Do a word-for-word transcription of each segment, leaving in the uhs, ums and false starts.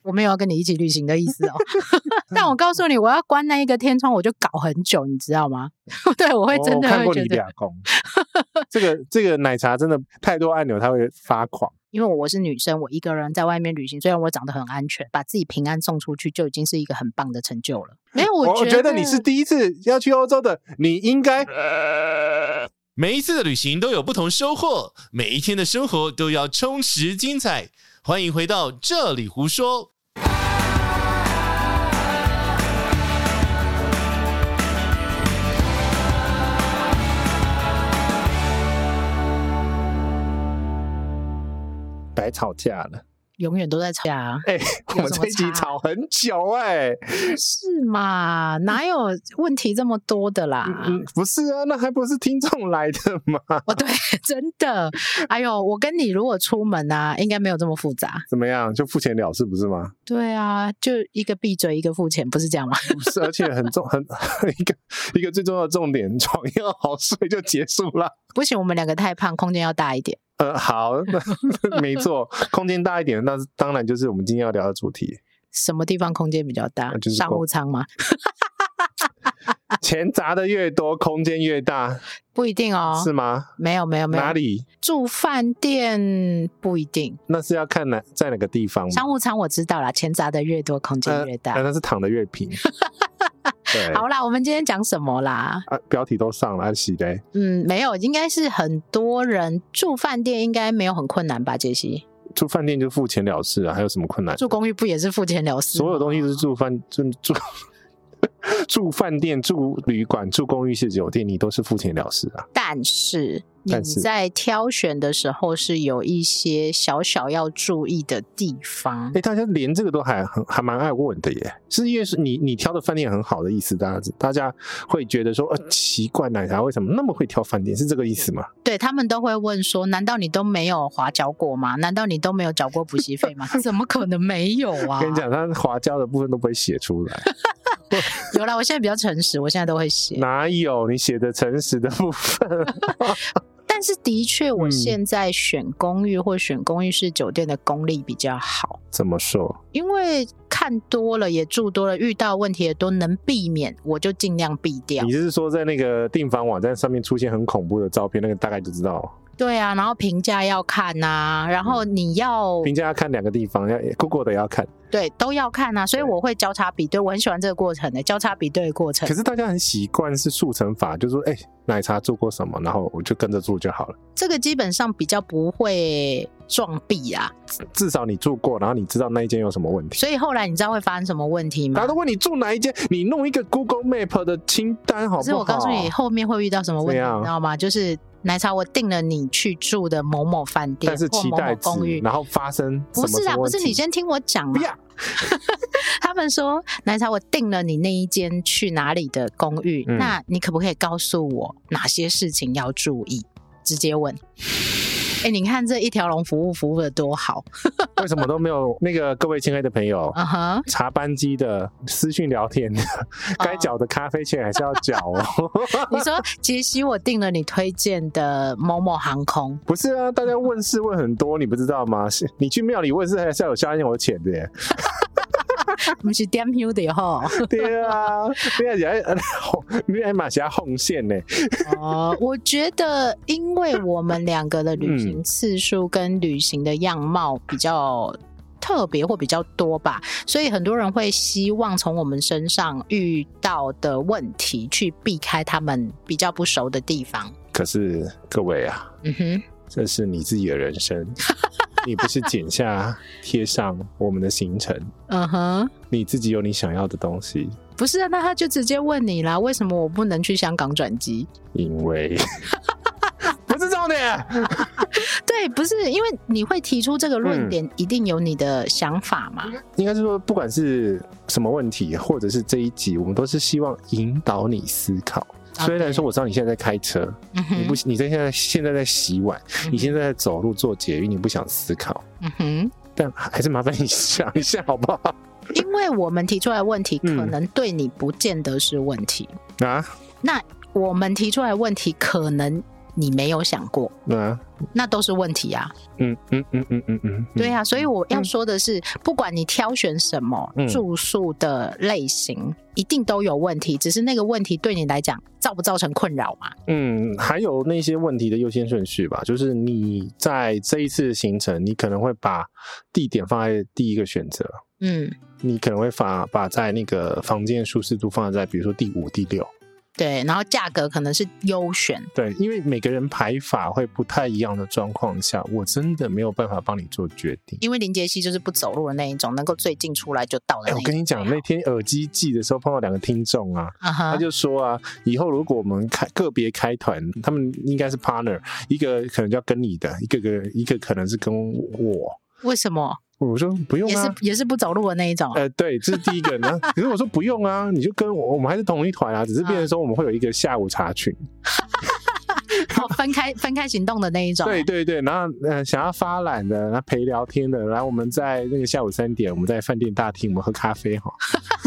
我没有要跟你一起旅行的意思哦。但我告诉你，我要关那一个天窗我就搞很久，你知道吗？对，我会真的会觉得、哦、 我看过你俩公这个这个奶茶真的太多按钮它会发狂。 因为我是女生，我一个人在外面旅行，虽然我长得很安全，把自己平安送出去就已经是一个很棒的成就了。没有，我觉得, 我觉得你是第一次要去欧洲的，你应该、 呃、每一次的旅行都有不同收获，每一天的生活都要充实精彩。欢迎回到这里胡说。 白吵架了， 永远都在吵架啊！ 哎、欸，我们这一集吵很久哎、欸， 是嘛？哪有问题这么多的啦？ 嗯，不是啊，那还不是听众来的吗？ 哦，对，真的。哎呦，我跟你如果出门啊，应该没有这么复杂。 怎么样？就付钱了事不是吗？ 对啊，就一个闭嘴，一个付钱，不是这样吗？ 不是，而且很重，很一个一个最重要的重点，床要好睡就结束了。 不行，我们两个太胖，空间要大一点。 呃，好，没错，空间大一点，那当然就是我们今天要聊的主题。 什么地方空间比较大？ 啊、就是商务舱吗？ 钱砸的越多，空间越大， 不一定哦。 是吗？ 没有，没有，没有。 哪里？ 住饭店不一定。 那是要看哪在哪个地方。 商务舱我知道啦，钱砸的越多，空间越大。 呃、那是躺得越平。对， 好啦，我们今天讲什么啦？ 啊，标题都上了，安喜嘞。 嗯，没有，应该是很多人住饭店，应该没有很困难吧？杰西， 住饭店就付钱了事啊，还有什么困难？ 住公寓不也是付钱了事吗？ 所有东西都是住饭住住住饭店、住旅馆、住公寓式酒店，你都是付钱了事啊。 但是你在挑选的时候是有一些小小要注意的地方。 哎、欸，大家连这个都还很还蛮爱问的耶，是因为是你你挑的饭店很好的意思，大家大家会觉得说，呃，奇怪，奶茶为什么那么会挑饭店？是这个意思吗？ 对，他们都会问说，难道你都没有滑交过吗？难道你都没有缴过补习费吗？怎么可能没有啊？ 跟你讲，他滑交的部分都不会写出来。 有啦，我现在比较诚实，我现在都会写。 哪有你写的诚实的部分？ 但是的确，我现在选公寓或选公寓式酒店的功力比较好。 怎么说？ 因为看多了，也住多了，遇到问题也都能避免，我就尽量避掉。 你是说在那个订房网站上面出现很恐怖的照片，那个大概就知道。 对啊，然后评价要看啊，然后你要评价要看两个地方，要 Google 的要看， 对，都要看啊，所以我会交叉比对，我很喜欢这个过程的交叉比对的过程。 可是大家很习惯是速成法，就是说，哎、欸，奶茶做过什么，然后我就跟着做就好了。 这个基本上比较不会撞壁啊， 至少你住过，然后你知道那一间有什么问题。 所以后来你知道会发生什么问题吗？ 大家都问你住哪一间，你弄一个 Google Map 的清单好不好？可是我告诉你，后面会遇到什么问题，你知道吗？就是奶茶，我订了你去住的某某饭店， 但是期待值，公寓，然后发生什么不是啊，不是，你先听我讲嘛。 不要， 他们说奶茶，我订了你那一间去哪里的公寓、嗯，那你可不可以告诉我哪些事情要注意？直接问。哎、欸，你看这一条龙服务服务的多好， 为什么都没有那个各位亲爱的朋友， uh-huh. 查班机的、私讯聊天的，该缴的咖啡钱还是要缴哦。 你说杰西，我订了你推荐的某某航空， 不是啊？大家问事问很多，你不知道吗？你去庙里问事还是要有消烟油钱的耶。 不是点香的吼， 对啊，你还你还马下红线呢。 哦，我觉得，因为我们两个的旅行次数跟旅行的样貌比较特别或比较多吧，所以很多人会希望从我们身上遇到的问题去避开他们比较不熟的地方。 可是各位啊， 嗯哼， 这是你自己的人生。你不是剪下贴上我们的行程， 嗯哼， 你自己有你想要的东西。 不是啊，那他就直接问你啦，为什么我不能去香港转机？ 因为不是重点。 对，不是，因为你会提出这个论点、嗯、一定有你的想法嘛。 应该是说不管是什么问题或者是这一集，我们都是希望引导你思考。虽然说我知道你现在在开车，嗯、你不，你在现在现在在洗碗、嗯，你现在在走路做捷运，你不想思考，嗯哼，但还是麻烦你想一下好不好？ 因为我们提出来的问题，可能对你不见得是问题、 嗯、啊。 那我们提出来的问题，可能你没有想过， 嗯， 那都是问题啊。 嗯嗯嗯嗯嗯嗯， 对啊，所以我要说的是，嗯、不管你挑选什么住宿的类型，嗯、一定都有问题，只是那个问题对你来讲造不造成困扰嘛？嗯， 还有那些问题的优先顺序吧，就是你在这一次行程，你可能会把地点放在第一个选择，嗯，你可能会把把在那个房间舒适度放在比如说第五、第六。 对，然后价格可能是优选。 对，因为每个人排法会不太一样的状况下，我真的没有办法帮你做决定。 因为林杰西就是不走路的那一种，能够最近出来就到的那一种。 我跟你讲，那天耳机寄的时候碰到两个听众啊， uh-huh. 他就说啊，以后如果我们开个别开团，他们应该是 partner， 一个可能就要跟你的，一个个一个可能是跟我。 为什么？ 我说不用啊， 也是也是不走路的那一种。 呃，对，这是第一个呢。可是我说不用啊，你就跟我，我们还是同一团啊，只是变成说我们会有一个下午茶群， 哦、分开分开行动的那一种。 对对对，然后呃想要发懒的，然后陪聊天的，然后我们在那个下午三点，我们在饭店大厅，我们喝咖啡哈。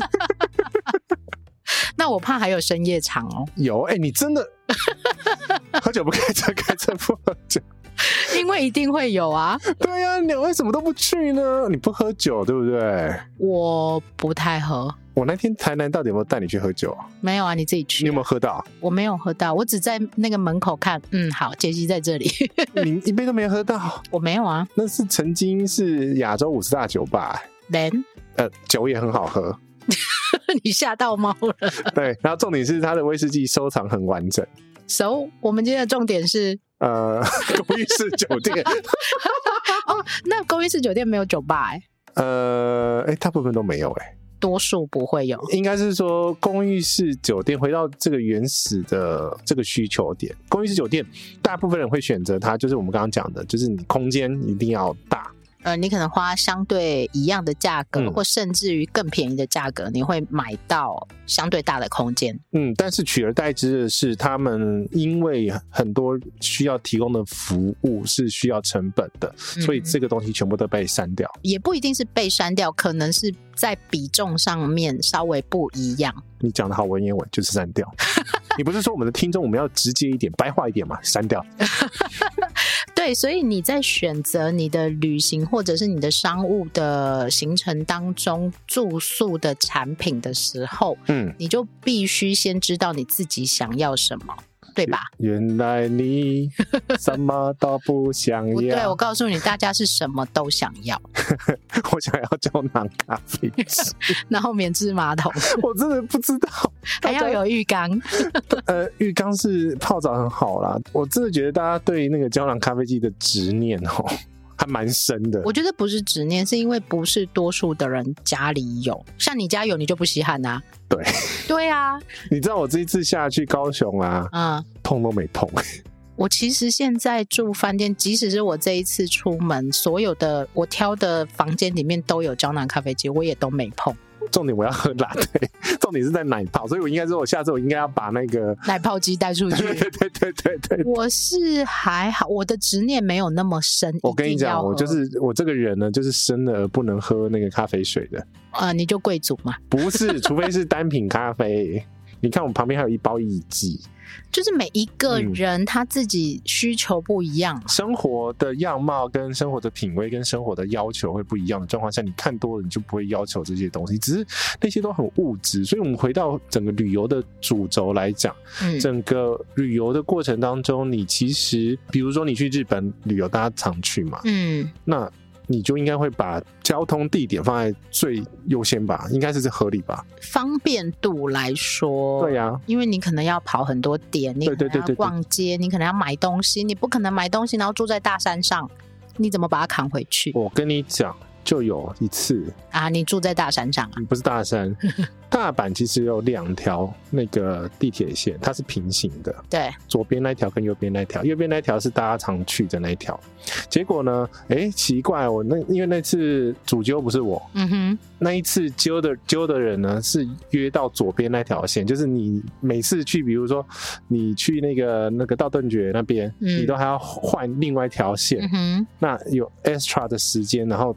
那我怕还有深夜场哦。 有哎、欸，你真的喝酒不开车，开车不喝酒。 因为一定会有啊。 对啊，你为什么都不去呢？你不喝酒对不对？ 我不太喝。 我那天台南到底有没有带你去喝酒啊？ 没有啊，你自己去。 你有没有喝到？ 我没有喝到，我只在那个门口看。嗯，好，杰西在这里。 你一杯都没喝到？ 我没有啊。 那是曾经是亚洲五十大酒吧、欸。 Then？ 呃，酒也很好喝。 你吓到猫了。 对，然后重点是它的威士忌收藏很完整。 So， 我们今天的重点是呃，公寓式酒店。 哦，那公寓式酒店没有酒吧哎、 欸。呃，哎、欸，大部分都没有哎、欸。 多数不会有， 应该是说公寓式酒店回到这个原始的这个需求点。公寓式酒店，大部分人会选择它，就是我们刚刚讲的，就是你空间一定要大。 呃，你可能花相对一样的价格、嗯，或甚至于更便宜的价格，你会买到相对大的空间。 嗯，但是取而代之的是，他们因为很多需要提供的服务是需要成本的，嗯、所以这个东西全部都被删掉。 也不一定是被删掉，可能是在比重上面稍微不一样。 你讲的好文言文，就是删掉。你不是说我们的听众我们要直接一点、白话一点嘛？删掉。 对，所以你在选择你的旅行或者是你的商务的行程当中住宿的产品的时候，嗯，你就必须先知道你自己想要什么，对吧？ 原来你什么都不想要。 不对，我告诉你，大家是什么都想要。 我想要胶囊咖啡机， 然后免治马桶。 我真的不知道， 还要有浴缸。 呃，浴缸是泡澡很好啦。我真的觉得大家对那个胶囊咖啡机的执念哦，还蛮深的。 我觉得不是执念，是因为不是多数的人家里有，像你家有，你就不稀罕啊。 对， 对啊。 你知道我这一次下去高雄啊，嗯，碰都没碰。 我其实现在住饭店，即使是我这一次出门，所有的我挑的房间里面都有胶囊咖啡机，我也都没碰。 重点我要喝拿铁，重点是在奶泡，所以我应该说，我下次我应该要把那个奶泡机带出去。 对对对对对对。 我是还好，我的执念没有那么深。 我跟你讲，我就是我这个人呢，就是生了而不能喝那个咖啡水的。 呃，你就贵族嘛？ 不是，除非是单品咖啡。你看我旁边还有一包乙记。 就是每一个人他自己需求不一样、嗯、 生活的样貌跟生活的品味跟生活的要求会不一样的状况下，你看多了你就不会要求这些东西，只是那些都很物质。所以我们回到整个旅游的主轴来讲、嗯、整个旅游的过程当中，你其实比如说你去日本旅游，大家常去嘛，嗯，那你就应该会把交通地点放在最优先吧，应该是合理吧。 方便度来说， 对呀、啊， 因为你可能要跑很多点，你可能要逛街，你可能要买东西，你不可能买东西然后住在大山上，你怎么把它扛回去？ 我跟你讲，就有一次啊，你住在大山上啊？ 不是大山，大阪其实有两条那个地铁线，它是平行的， 对， 左边那条跟右边那条，右边那条是大家常去的那一条。结果呢，哎，奇怪，我那因为那次主揪不是我，嗯哼，那一次揪的揪的人呢是约到左边那条线，就是你每次去，比如说你去那个那个道顿崛那边、嗯，你都还要换另外一条线，嗯哼，那有 extra 的时间，然后到那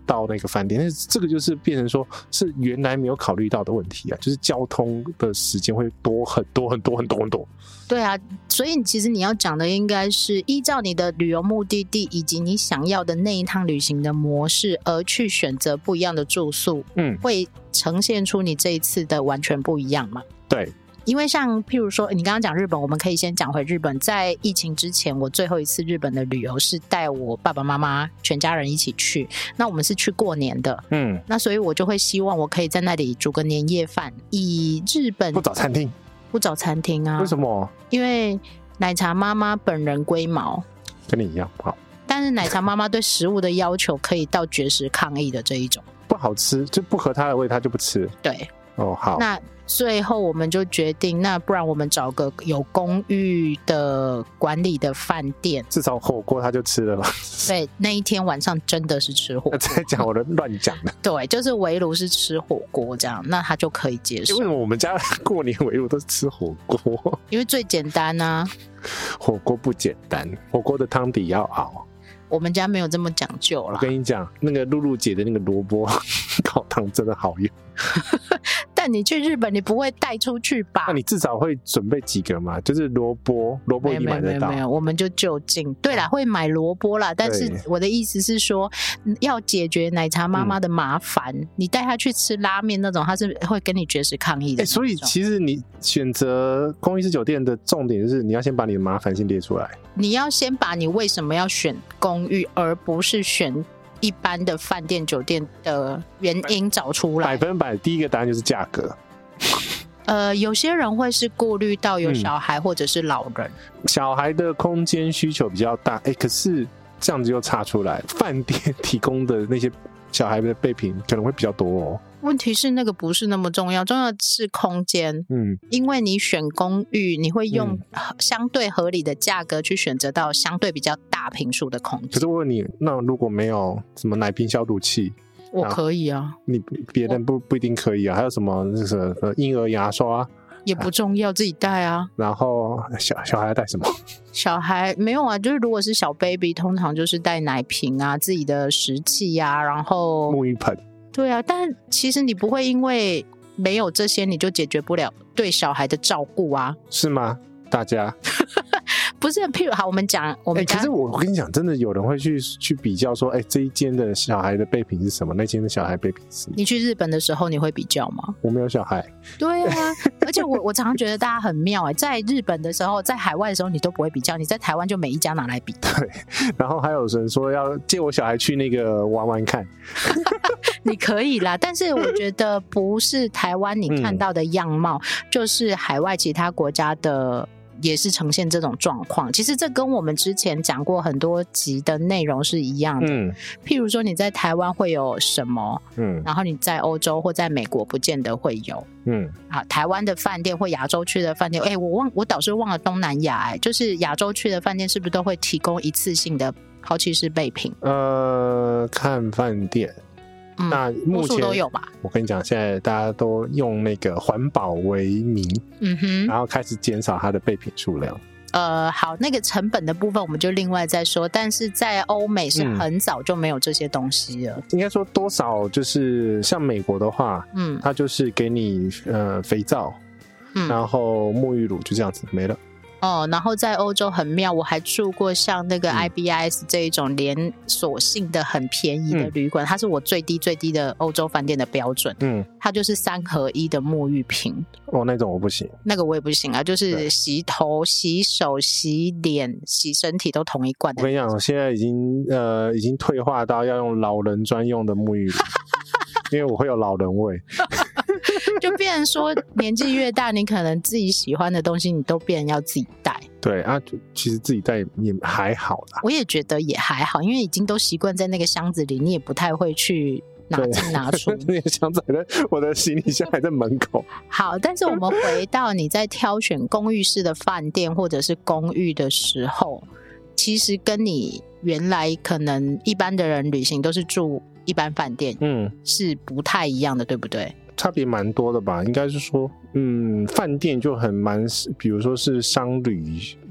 个饭店，但是这个就是变成说是原来没有考虑到的问题啊，就是交通的时间会多很多很多很多很多。 对啊，所以其实你要讲的应该是依照你的旅游目的地以及你想要的那一趟旅行的模式而去选择不一样的住宿，嗯，会呈现出你这一次的完全不一样嘛？ 对。 因为像譬如说你刚刚讲日本，我们可以先讲回日本。在疫情之前，我最后一次日本的旅游是带我爸爸妈妈全家人一起去，那我们是去过年的，嗯，那所以我就会希望我可以在那里煮个年夜饭。以日本不找餐厅， 不找餐厅啊？ 为什么？ 因为奶茶妈妈本人龟毛， 跟你一样好， 但是奶茶妈妈对食物的要求可以到绝食抗议的这一种， 不好吃就不合她的胃，她就不吃。 对， 哦，好， 那最后我们就决定，那不然我们找个有公寓的管理的饭店， 至少火锅他就吃了吧。 对，那一天晚上真的是吃火锅。 在讲我的乱讲的。 对，就是围炉是吃火锅这样，那他就可以接受。 为什么我们家过年围炉都是吃火锅？ 因为最简单啊。 火锅不简单，火锅的汤底要熬。 我们家没有这么讲究了。 我跟你讲，那个露露姐的那个萝卜高汤真的好用。 但你去日本，你不会带出去吧？ 那你至少会准备几个嘛？就是萝卜，萝卜你买得到。 没有没有，我们就就近。对啦，会买萝卜啦，但是我的意思是说，要解决奶茶妈妈的麻烦，嗯、你带她去吃拉面那种，她是会跟你绝食抗议的、欸。 所以其实你选择公寓式酒店的重点就是你要先把你的麻烦先列出来。 你要先把你为什么要选公寓，而不是选一般的饭店酒店的原因找出来。 百分百第一个答案就是价格。 呃，有些人会是顾虑到有小孩或者是老人， 嗯、小孩的空间需求比较大，哎，可是这样子又差出来，饭店提供的那些小孩的备品可能会比较多哦。 问题是那个不是那么重要，重要的是空间。嗯，因为你选公寓，你会用相对合理的价格去选择到相对比较大坪数的空间。 可是我问你，那如果没有什么奶瓶消毒器， 我可以啊。 你别人不不一定可以啊。还有什么那个婴儿牙刷也不重要，自己带啊。 然后小小孩带什么？ 小孩没有啊，就是如果是小 baby， 通常就是带奶瓶啊，自己的食器啊，然后沐浴盆。 对啊，但其实你不会因为没有这些你就解决不了对小孩的照顾啊。 是吗？大家不是，譬如好，我们讲我们、 欸、可是我跟你讲，真的有人会去去比较说，哎、欸，这一间的小孩的备品是什么，那间的小孩备品是什么？ 你去日本的时候你会比较吗？ 我没有小孩。 对啊，而且我我常常觉得大家很妙哎、欸，在日本的时候，在海外的时候你都不会比较，你在台湾就每一家拿来比。 对，然后还有人说要借我小孩去那个玩玩看。 你可以啦，但是我觉得不是台湾你看到的样貌，嗯、就是海外其他国家的也是呈现这种状况。其实这跟我们之前讲过很多集的内容是一样的。嗯、譬如说你在台湾会有什么，嗯，然后你在欧洲或在美国不见得会有。嗯，啊，台湾的饭店或亚洲区的饭店，哎、欸，我忘我倒是忘了东南亚，哎，就是亚洲区的饭店是不是都会提供一次性的抛弃式备品？ 呃，看饭店。嗯、那目前都有吧？ 我跟你讲，现在大家都用那个环保为名，嗯哼，然后开始减少它的备品数量。 呃，好，那个成本的部分我们就另外再说。但是在欧美是很早就没有这些东西了。嗯、 应该说多少就是像美国的话，嗯，它就是给你呃肥皂，嗯，然后沐浴乳就这样子没了。 哦，然后在欧洲很妙，我还住过像那个 I B S 这一种连锁性的很便宜的旅馆，嗯、它是我最低最低的欧洲饭店的标准。嗯，它就是三合一的沐浴瓶。 哦，那种我不行， 那个我也不行啊，就是洗头、洗手、洗脸、洗身体都同一罐的。 我跟你讲，我现在已经呃已经退化到要用老人专用的沐浴乳，因为我会有老人味。 就变成说年纪越大，你可能自己喜欢的东西你都变成要自己带。 对啊，其实自己带也还好啦。 我也觉得也还好，因为已经都习惯在那个箱子里，你也不太会去拿进拿出。 那个箱子还在，我的行李箱还在门口。 好，但是我们回到你在挑选公寓式的饭店或者是公寓的时候，其实跟你原来可能一般的人旅行都是住一般饭店，嗯，是不太一样的，对不对？ 差别蛮多的吧，应该是说，嗯，饭店就很蛮，比如说是商旅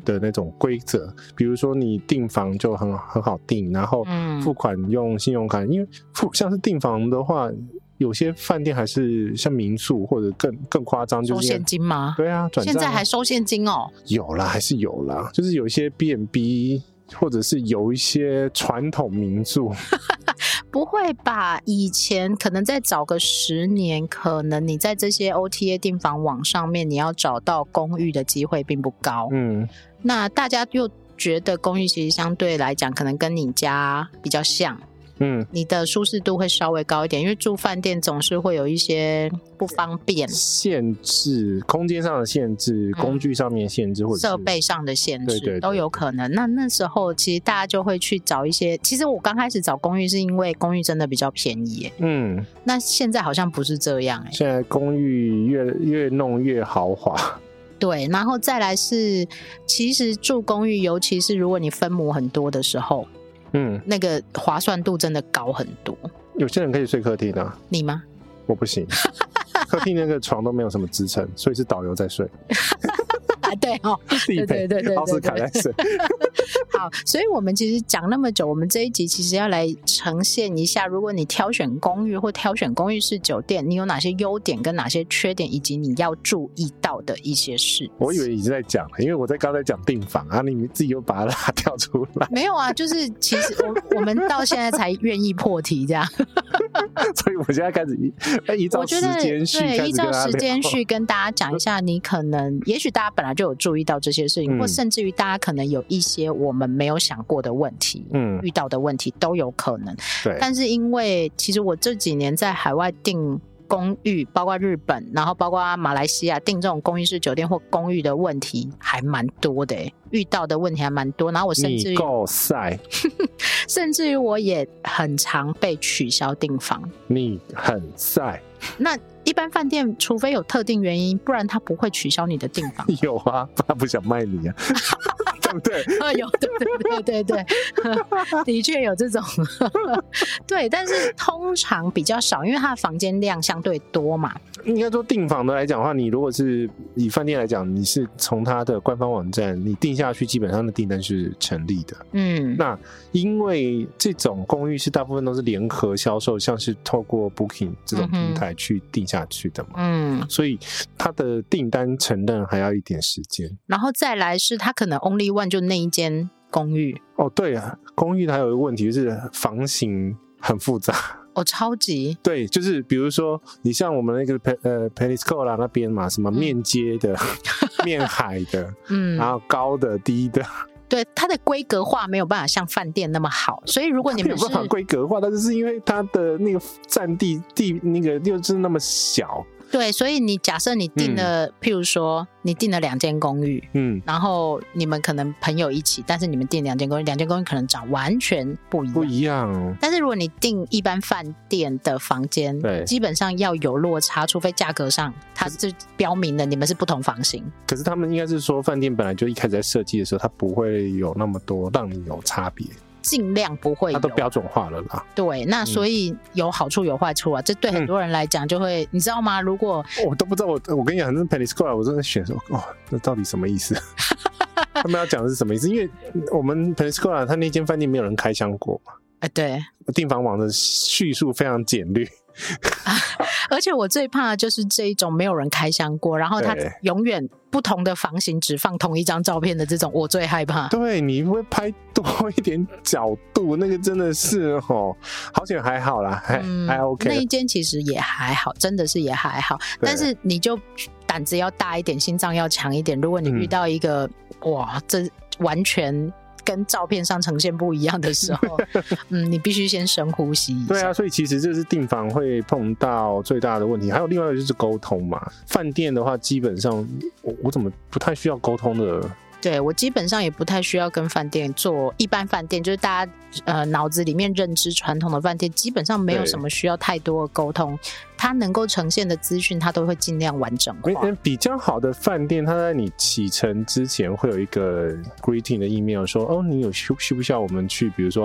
的那种规则，比如说你订房就很很好订，然后付款用信用卡，嗯、因为付像是订房的话。有些饭店还是像民宿或者更更夸张，就是收现金吗？ 对啊，转账、啊、 现在还收现金哦。 有啦，还是有啦，就是有一些 B and B 或者是有一些传统民宿。 不会吧？以前可能再早个十年，可能你在这些 O T A 订房网上面，你要找到公寓的机会并不高。嗯，那大家又觉得公寓其实相对来讲，可能跟你家比较像。嗯，你的舒适度会稍微高一点，因为住饭店总是会有一些不方便、 限制、空间上的限制、嗯、工具上面的限制，或者设备上的限制， 对对对对都有可能。那那时候其实大家就会去找一些，其实我刚开始找公寓是因为公寓真的比较便宜耶。嗯，那现在好像不是这样耶， 现在公寓越越弄越豪华。 对，然后再来是，其实住公寓，尤其是如果你分母很多的时候。嗯，那个划算度真的高很多。 有些人可以睡客厅啊，你吗？ 我不行，客厅那个床都没有什么支撑，所以是导游在睡。 对哦，对对对对， 奥斯卡在睡。 好，所以我们其实讲那么久，我们这一集其实要来呈现一下，如果你挑选公寓或挑选公寓式酒店，你有哪些优点跟哪些缺点，以及你要注意到的一些事。 我以为已经在讲了，因为我在刚才讲订房啊，你自己又把它拉掉出来。 没有啊，就是其实我我们到现在才愿意破题这样。 所以我现在开始依照时间序， 对，依照时间序跟大家讲一下，你可能也许大家本来就有注意到这些事情，嗯、或甚至于大家可能有一些我们没有想过的问题，嗯，遇到的问题都有可能。 对， 但是因为其实我这几年在海外订公寓，包括日本，然后包括马来西亚订这种公寓式酒店或公寓的问题还蛮多的耶，遇到的问题还蛮多。然后我甚至于你够晒， 甚至于我也很常被取消订房。 你很晒。 那一般饭店除非有特定原因，不然他不会取消你的订房。 有啊，他不想卖你啊。对不对？ 啊，有，对对对对对，的确有这种。对，但是通常比较少，因为它的房间量相对多嘛。 应该说订房的来讲的话，你如果是以饭店来讲，你是从它的官方网站你订下去，基本上的订单是成立的。嗯，那因为这种公寓是大部分都是联合销售，像是透过 Booking 这种平台去订下去的嘛。嗯，所以它的订单承认还要一点时间。 然后再来是它可能 only one 就那一间公寓。 哦，对啊，公寓它有一个问题就是房型很复杂。 哦，超级对，就是比如说你像我们那个呃 Peniscola 那边嘛，什么面街的、嗯、面海的，嗯，然后高的、低的， 对，它的规格化没有办法像饭店那么好，所以如果你们是没有办法规格化，但是因为它的那个占地地那个就是那么小。 对，所以你假设你订了、嗯、譬如说你订了两间公寓，嗯，然后你们可能朋友一起，但是你们订两间公寓，两间公寓可能长完全不一样， 不一样。 但是如果你订一般饭店的房间，对，基本上要有落差，除非价格上它是标明了你们是不同房型。 可是他们应该是说，饭店本来就一开始在设计的时候，它不会有那么多让你有差别。 尽量不会有， 它都标准化了啦。 对，那所以有好处有坏处啊，这对很多人来讲就会、嗯、你知道吗？如果我都不知道，我我跟你讲，那 Peniscola 我真的选说，哦，这到底什么意思？他们要讲的是什么意思？因为我们 Peniscola 他那间饭店没有人开箱过嘛。 哎、呃，对， 订房网的叙述非常简略。 而且我最怕的就是这一种没有人开箱过，然后他永远不同的房型只放同一张照片的这种，我最害怕。 对，你会拍多一点角度，那个真的是齁，好险还好啦，还、嗯、还 OK。 那一间其实也还好，真的是也还好，但是你就胆子要大一点，心脏要强一点。如果你遇到一个、嗯、哇，这完全跟照片上呈现不一样的时候，嗯，你必须先深呼吸一下。 对啊，所以其实这是订房会碰到最大的问题。还有另外一个就是沟通嘛。饭店的话，基本上 我, 我怎么不太需要沟通的？ 对，我基本上也不太需要跟饭店做一般饭店，就是大家呃脑子里面认知传统的饭店，基本上没有什么需要太多的沟通，它能够呈现的资讯，它都会尽量完整化。 比较好的饭店，它在你启程之前会有一个 greeting 的 email 说，哦，你有需需不需要我们去，比如说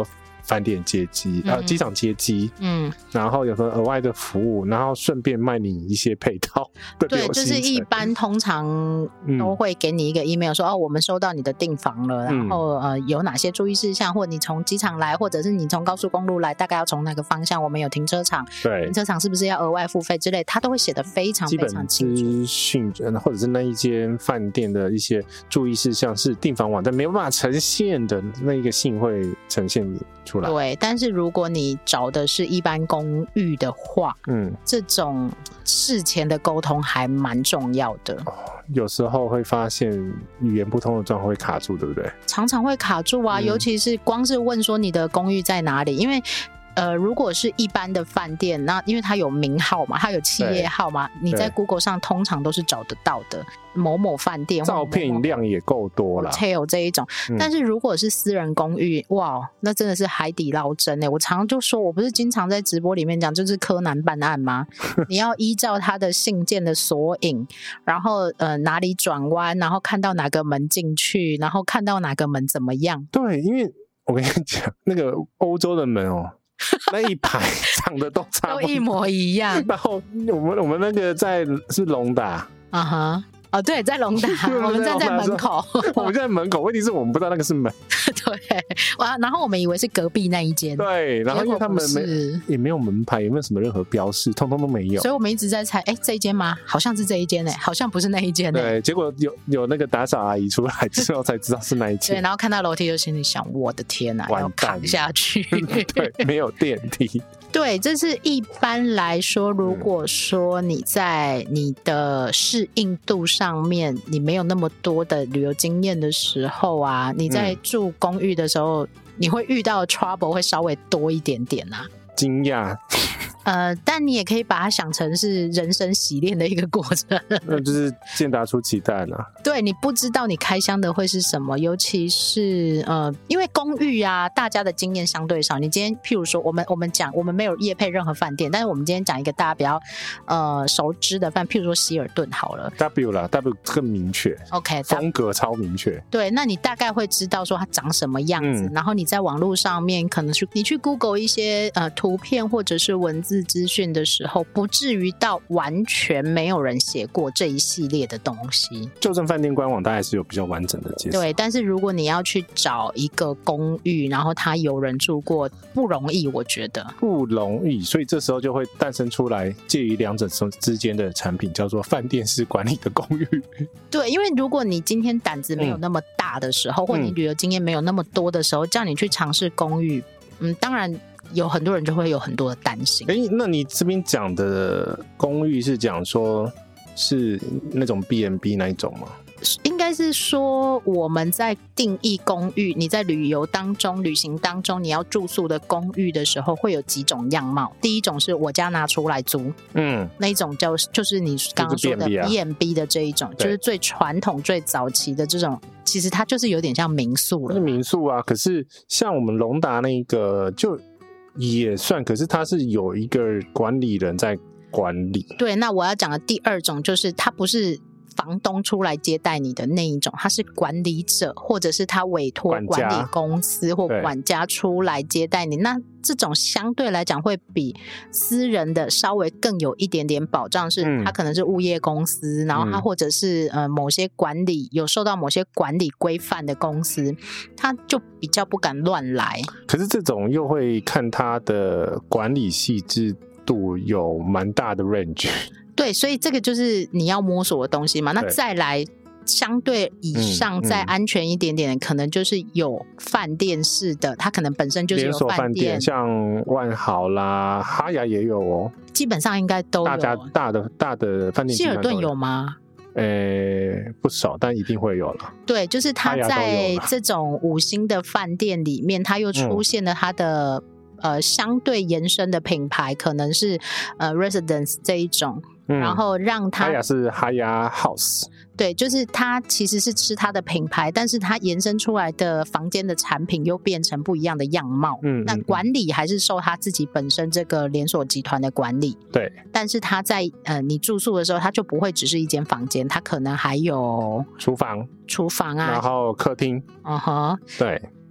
饭店接机、嗯、呃机场接机，嗯，然后有个额外的服务，然后顺便卖你一些配套的流行程。对， 就是一般通常都会给你一个 email 说、嗯、哦，我们收到你的订房了，然后、嗯、呃有哪些注意事项，或者你从机场来，或者是你从高速公路来，大概要从哪个方向，我们有停车场，对，停车场是不是要额外付费之类，他都会写得非常非常清楚。 基本资讯或者是那一间饭店的一些注意事项是订房网站没有办法呈现的，那一个信会呈现出来。 对，但是如果你找的是一般公寓的话，嗯，这种事前的沟通还蛮重要的、哦、 有时候会发现语言不通的状况会卡住，对不对？ 常常会卡住啊、嗯、尤其是光是问说你的公寓在哪里，因为呃，如果是一般的饭店，那因为它有名号嘛，它有企业号嘛，你在 Google 上通常都是找得到的，某某饭店， 照片量也够多啦 hotel 这一种、嗯、但是如果是私人公寓，哇，那真的是海底捞针欸。我常常就说，我不是经常在直播里面讲，就是柯南办案吗？你要依照他的信件的索引，然后呃哪里转弯，然后看到哪个门进去，然后看到哪个门怎么样。 对，因为我跟你讲，那个欧洲的门哦那一排长得都差不多， 都一模一样。 然后我们我们那个在是隆达， 啊哈，哦对，在隆达，我们站在门口， 我们站在门口，问题是我们不知道那个是门。 对，哇，然后我们以为是隔壁那一间， 对，然后因为他们没也没有门牌，也没有什么任何标示，通通都没有， 所以我们一直在猜，哎，这一间吗？好像是这一间，哎，好像不是那一间。 对，结果有有那个打扫阿姨出来之后才知道是那一间。 对，然后看到楼梯就心里想，我的天啊，要扛下去。 对，没有电梯。 对，这是一般来说，如果说你在你的适应度上面你没有那么多的旅游经验的时候啊，你在住公寓的时候、嗯、你会遇到的 trouble 会稍微多一点点啊。 惊讶。 呃，但你也可以把它想成是人生洗练的一个过程， 那就是健达出奇蛋啊。 对，你不知道你开箱的会是什么，尤其是呃，因为公寓啊，大家的经验相对少。你今天譬如说，我们我们讲，我们没有业配任何饭店，但是我们今天讲一个大家比较呃熟知的饭，譬如说希尔顿好了 ，W 啦 ，W 更明确 ，OK， 风格超明确。 对，那你大概会知道说它长什么样子，嗯、然后你在网络上面可能是你去 Google 一些呃图片或者是文字资讯的时候，不至于到完全没有人写过这一系列的东西。 旧正饭店官网大概是有比较完整的介绍， 对，但是如果你要去找一个公寓，然后它有人住过，不容易，我觉得不容易，所以这时候就会诞生出来介于两者之间的产品，叫做饭店式管理的公寓。 对，因为如果你今天胆子没有那么大的时候、嗯、或你旅游经验没有那么多的时候，叫你去尝试公寓，嗯，当然有很多人就会有很多的担心。 哎，那你这边讲的公寓是讲说是那种 B and B 那一种吗？ 应该是说我们在定义公寓，你在旅游当中旅行当中你要住宿的公寓的时候会有几种样貌。第一种是我家拿出来租，嗯，那一种叫就是你刚刚说的 B and B 的这一种，就是最传统最早期的这种，其实它就是有点像民宿了。 是民宿啊，可是像我们隆达那个就也算，可是它是有一个管理人在管理。 对，那我要讲的第二种就是它不是房东出来接待你的那一种，他是管理者，或者是他委托管理公司或管家出来接待你。那这种相对来讲会比私人的稍微更有一点点保障，是他可能是物业公司、嗯、然后他或者是呃某些管理有受到某些管理规范的公司，他就比较不敢乱来。 可是这种又会看他的管理细致度有蛮大的 range。 对，所以这个就是你要摸索的东西嘛。那再来相对以上再安全一点点的、嗯嗯、可能就是有饭店式的，它可能本身就是有饭店，连锁饭店， 像万豪啦、哈雅也有哦， 基本上应该都有。 大家大的大的饭店， 希尔顿有吗？ 呃，不少，但一定会有了。 对，就是它在这种五星的饭店里面，它又出现了它的、嗯、呃相对延伸的品牌，可能是呃 Residence 这一种。嗯、然后让它哈雅是哈雅 House， 对，就是它其实是吃它的品牌，但是它延伸出来的房间的产品又变成不一样的样貌。嗯，那管理还是受他自己本身这个连锁集团的管理。 对， 但是他在呃你住宿的时候，他就不会只是一间房间，他可能还有厨房、 厨房啊， 然后客厅。 嗯哼， 对。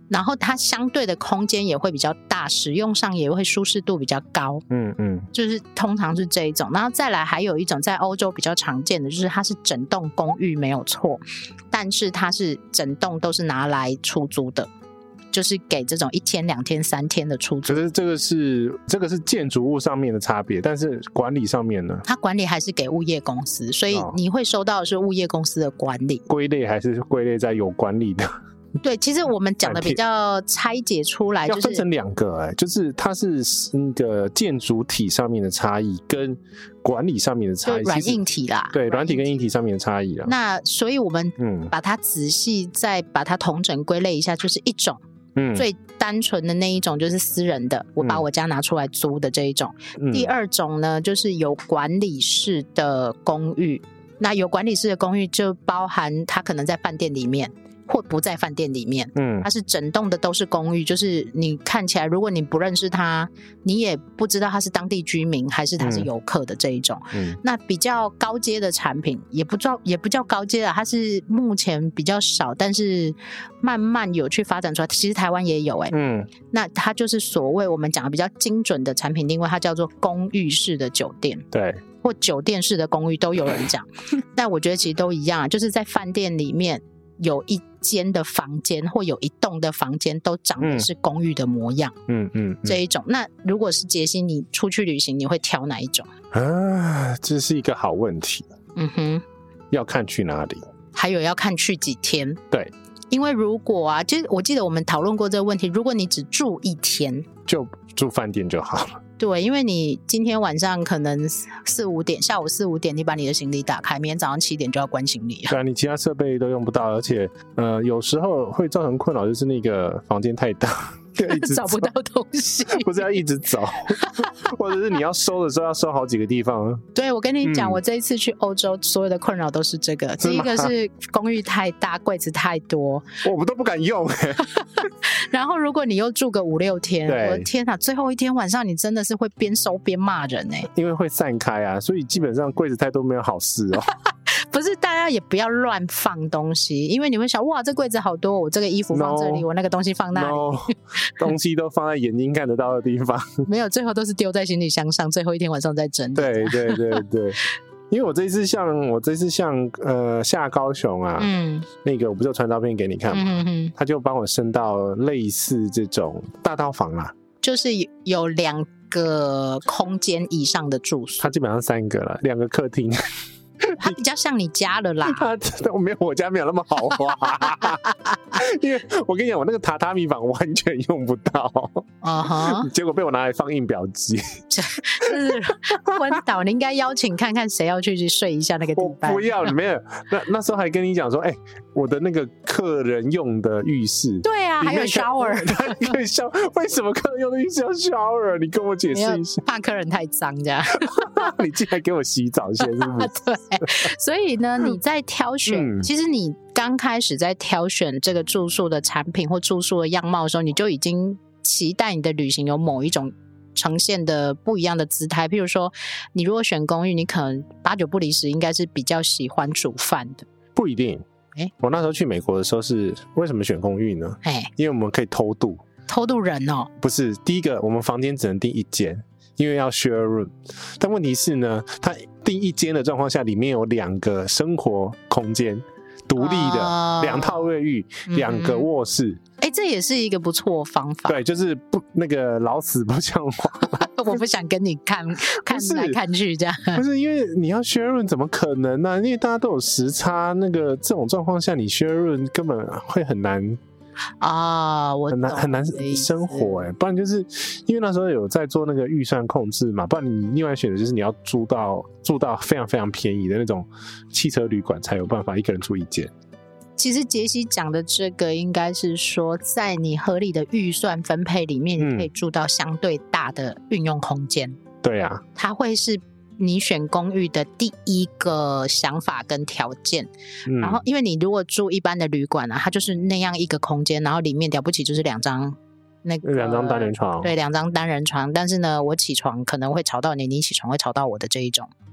然后它相对的空间也会比较大，使用上也会舒适度比较高。 嗯嗯， 就是通常是这一种。然后再来还有一种在欧洲比较常见的，就是它是整栋公寓没有错，但是它是整栋都是拿来出租的。就是给这种一天、两天、三天的出租。 可是这个是这个是建筑物上面的差别，但是管理上面呢？ 它管理还是给物业公司，所以你会收到的是物业公司的管理。 归类还是归类在有管理的？ 对，其实我们讲的比较拆解出来，就是要分成两个、欸，就是它是那个建筑体上面的差异跟管理上面的差异， 软硬体啦， 对，软体跟硬体上面的差异啦。 那所以我们把它仔细再把它统整归类一下，就是一种。嗯、最单纯的那一种就是私人的，我把我家拿出来租的这一种。嗯、第二种呢，就是有管理式的公寓。那有管理式的公寓就包含它可能在饭店里面，或不在饭店里面。嗯，它是整栋的都是公寓，就是你看起来，如果你不认识他，你也不知道他是当地居民还是他是游客的这一种。嗯，那比较高阶的产品也不叫也不叫高阶啊，它是目前比较少，但是慢慢有去发展出来。其实台湾也有哎、欸，嗯，那它就是所谓我们讲的比较精准的产品定位，它叫做公寓式的酒店。 对。 或酒店式的公寓都有人讲，但我觉得其实都一样，就是在饭店里面有一间的房间或有一栋的房间都长的是公寓的模样。嗯 嗯, 嗯，这一种。那如果是杰西，你出去旅行，你会挑哪一种啊？这是一个好问题。嗯哼，要看去哪里， 还有要看去几天。 对， 因为如果啊，就是我记得我们讨论过这个问题，如果你只住一天， 就住饭店就好了。 对，因为你今天晚上可能四五点，下午四五点，你把你的行李打开，明天早上七点就要关行李了。 对啊，你其他设备都用不到，而且呃，有时候会造成困扰，就是那个房间太大，一直找不到东西， 不是要一直找，或者是你要收的时候要收好几个地方。 对，我跟你讲、嗯，我这一次去欧洲，所有的困扰都是这个。第一个是公寓太大，柜子太多， 我们都不敢用、欸。 然后如果你又住个五六天，我的天哪，最后一天晚上你真的是会边收边骂人哎、欸， 因为会散开啊，所以基本上柜子太多没有好事哦。 不是，大家也不要乱放东西，因为你会想，哇，这柜子好多，我这个衣服放这里， no, 我那个东西放那里， no, 东西都放在眼睛看得到的地方。 没有，最后都是丢在行李箱上，最后一天晚上再整理。 对对对对。因为我这一次像我这次像呃下高雄啊，嗯，那个我不是有传照片给你看嘛，嗯嗯，他就帮我升到类似这种大套房啦， 就是有两个空间以上的住宿， 他基本上三个了，两个客厅。 它比较像你家了啦， 我没有我家没有那么豪华，因为我跟你讲，我那个榻榻米房完全用不到，啊哈，结果被我拿来放印表机， 就是昏倒。你应该邀请看看谁要去去睡一下那个地板。 我不要，没有。那那时候还跟你讲说，哎、欸，我的那个客人用的浴室， 对啊，还有 shower， 可以 shower， 为什么客人用的浴室要 shower？ 你跟我解释一下， 怕客人太脏这样。 你竟然给我洗澡先，是不是？ 对。所以呢，你在挑选、嗯、其实你刚开始在挑选这个住宿的产品或住宿的样貌的时候，你就已经期待你的旅行有某一种呈现的不一样的姿态。譬如说你如果选公寓，你可能八九不离十应该是比较喜欢煮饭的。 不一定、欸、我那时候去美国的时候是为什么选公寓呢？因为我们可以偷渡。 偷渡人哦？ 不是，第一个我们房间只能订一间，因为要 share room， 但问题是呢，它订一间的状况下，里面有两个生活空间，独立的两、uh, 套卫浴，两、嗯、个卧室。 哎、欸，这也是一个不错的方法。 对，就是不那个老死不相往来。 我不想跟你看看来看去这样。 不是，因为你要 share room 怎么可能呢、啊？因为大家都有时差，那个这种状况下，你 share room 根本会很难。 啊，我很难很难生活哎、欸，不然就是因为那时候有在做那个预算控制嘛，不然你另外选的就是你要住到住到非常非常便宜的那种汽车旅馆，才有办法一个人住一间。 其实杰西讲的这个应该是说，在你合理的预算分配里面，你可以住到相对大的运用空间。嗯、 对啊， 它会是你选公寓的第一个想法跟条件、嗯、然后因为你如果住一般的旅馆啊，它就是那样一个空间，然后里面了不起就是两张那个两张单人床， 对，两张单人床，但是呢我起床可能会吵到你，你起床会吵到我的这一种，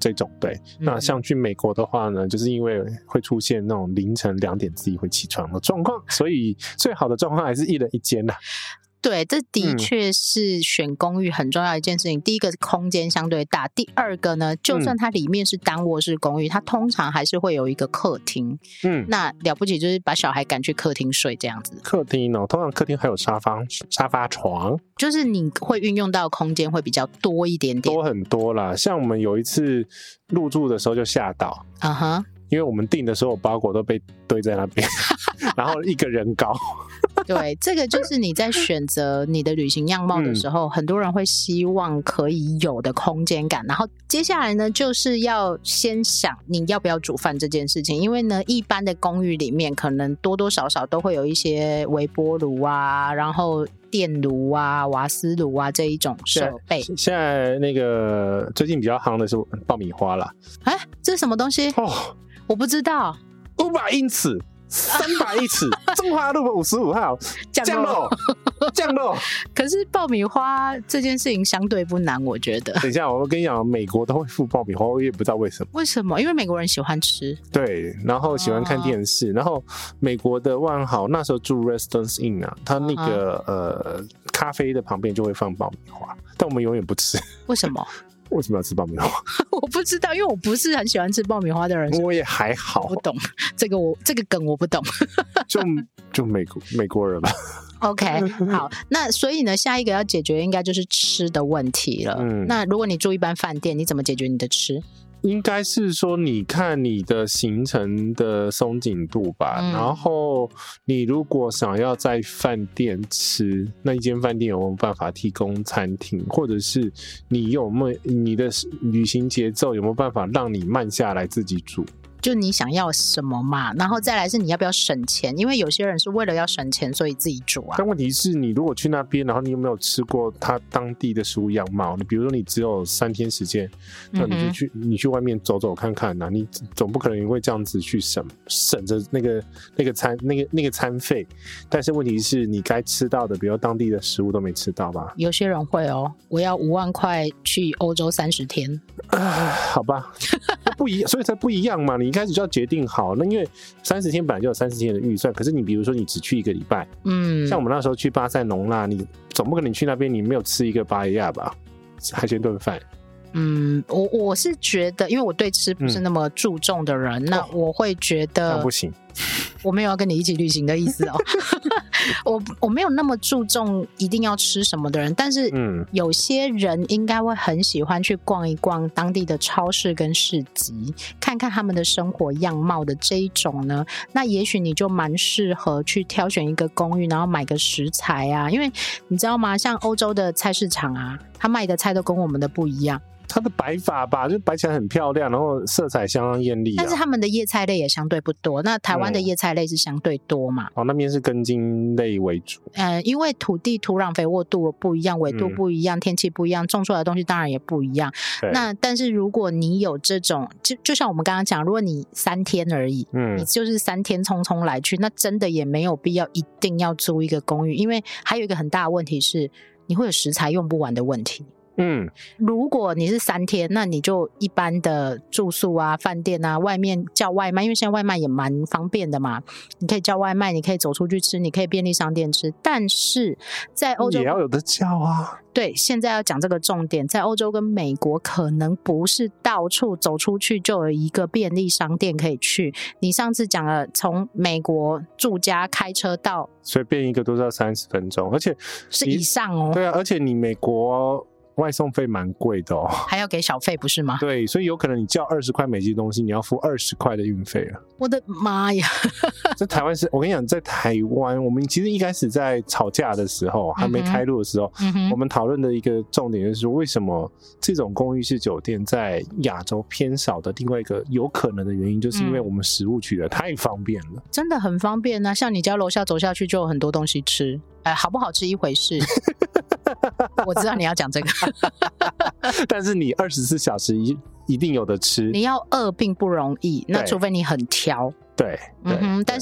这种对。那像去美国的话呢，就是因为会出现那种凌晨两点自己会起床的状况，所以最好的状况还是一人一间啦。 对，这的确是选公寓很重要的一件事情。嗯、第一个是空间相对大，第二个呢，就算它里面是单卧室公寓，嗯、它通常还是会有一个客厅。嗯，那了不起就是把小孩赶去客厅睡这样子。 客厅哦，通常客厅还有沙发、沙发床， 就是你会运用到的空间会比较多一点点， 多很多啦。像我们有一次入住的时候就吓到，啊哈、uh-huh 因为我们订的所有包裹都被堆在那边，然后一个人高。 对，这个就是你在选择你的旅行样貌的时候，嗯、很多人会希望可以有的空间感。然后接下来呢，就是要先想你要不要煮饭这件事情，因为呢，一般的公寓里面可能多多少少都会有一些微波炉啊，然后电炉啊、瓦斯炉啊这一种设备。 现在那个最近比较夯的是爆米花啦。 哎，这是什么东西？哦，我不知道。 五百英尺。三百一尺，中华路五十五号降落，降落。 可是爆米花这件事情相对不难，我觉得。 等一下，我跟你讲，美国都会附爆米花，我也不知道为什么。 为什么？因为美国人喜欢吃。 对，然后喜欢看电视，哦、然后美国的万豪那时候住 Residence Inn 啊，它那个、哦、呃咖啡的旁边就会放爆米花，但我们永远不吃。 为什么？ 为什么要吃爆米花？ 我不知道，因为我不是很喜欢吃爆米花的人。 我也还好， 我不懂这个我这个梗我不懂。 就就美国美国人吧。 OK， 好，那所以呢，下一个要解决应该就是吃的问题了。嗯，那如果你住一般饭店，你怎么解决你的吃？ 应该是说，你看你的行程的松紧度吧。嗯、然后你如果想要在饭店吃，那一间饭店有没有办法提供餐厅，或者是你有没有你的旅行节奏有没有办法让你慢下来自己煮？ 就你想要什么嘛，然后再来是你要不要省钱，因为有些人是为了要省钱所以自己煮啊。 但问题是你如果去那边，然后你有没有吃过他当地的食物样貌？你比如说你只有三天时间，那你就去、嗯、你去外面走走看看啊，你总不可能因为这样子去省省着那个那个餐那个那个餐费，但是问题是你该吃到的，比如当地的食物都没吃到吧？ 有些人会哦，我要五万块去欧洲三十天， 好吧，不一样，所以才不一样嘛。你一开始就要决定好，那因为三十天本来就有三十天的预算，可是你比如说你只去一个礼拜，嗯，像我们那时候去巴塞隆纳，你总不可能去那边你没有吃一个巴耶亚吧，海鲜炖饭。 嗯，我我是觉得，因为我对吃不是那么注重的人，嗯、那我会觉得、 哦、不行。 我没有要跟你一起旅行的意思哦，我我没有那么注重一定要吃什么的人，但是有些人应该会很喜欢去逛一逛当地的超市跟市集，看看他们的生活样貌的这一种呢，那也许你就蛮适合去挑选一个公寓，然后买个食材啊，因为你知道吗？像欧洲的菜市场啊，他卖的菜都跟我们的不一样。 它的摆法吧，就摆起来很漂亮，然后色彩相当艳丽、啊。 但是他们的叶菜类也相对不多，那台湾的叶菜类是相对多嘛？ 嗯、哦，那边是根茎类为主。 呃，因为土地土壤肥沃度不一样，纬度不一样，嗯、天气不一样，种出来的东西当然也不一样。那但是如果你有这种，就就像我们刚刚讲，如果你三天而已，嗯，你就是三天匆匆来去，那真的也没有必要一定要租一个公寓，因为还有一个很大的问题是，你会有食材用不完的问题。嗯，如果你是三天，那你就一般的住宿啊、饭店啊，外面叫外卖，因为现在外卖也蛮方便的嘛，你可以叫外卖，你可以走出去吃，你可以便利商店吃，但是在欧洲也要有的叫啊。 对，现在要讲这个重点，在欧洲跟美国可能不是到处走出去就有一个便利商店可以去。你上次讲了，从美国住家开车到随便一个都是要三十分钟，而且是以上哦。 对啊，而且你美国外送费蛮贵的哦， 还要给小费不是吗？ 对，所以有可能你叫二十块美金的东西，你要付二十块的运费了。 我的妈呀！ 在台湾是，我跟你讲，在台湾，我们其实一开始在吵架的时候，还没开录的时候，嗯、我们讨论的一个重点就是为什么这种公寓式酒店在亚洲偏少的另外一个有可能的原因，就是因为我们食物取得太方便了，嗯、 真的很方便啊！像你家楼下走下去就有很多东西吃，哎，好不好吃一回事。我知道你要讲这个但是你二十四小时一一定有的吃， 你要饿并不容易，那除非你很挑。 对，对嗯哼，但是你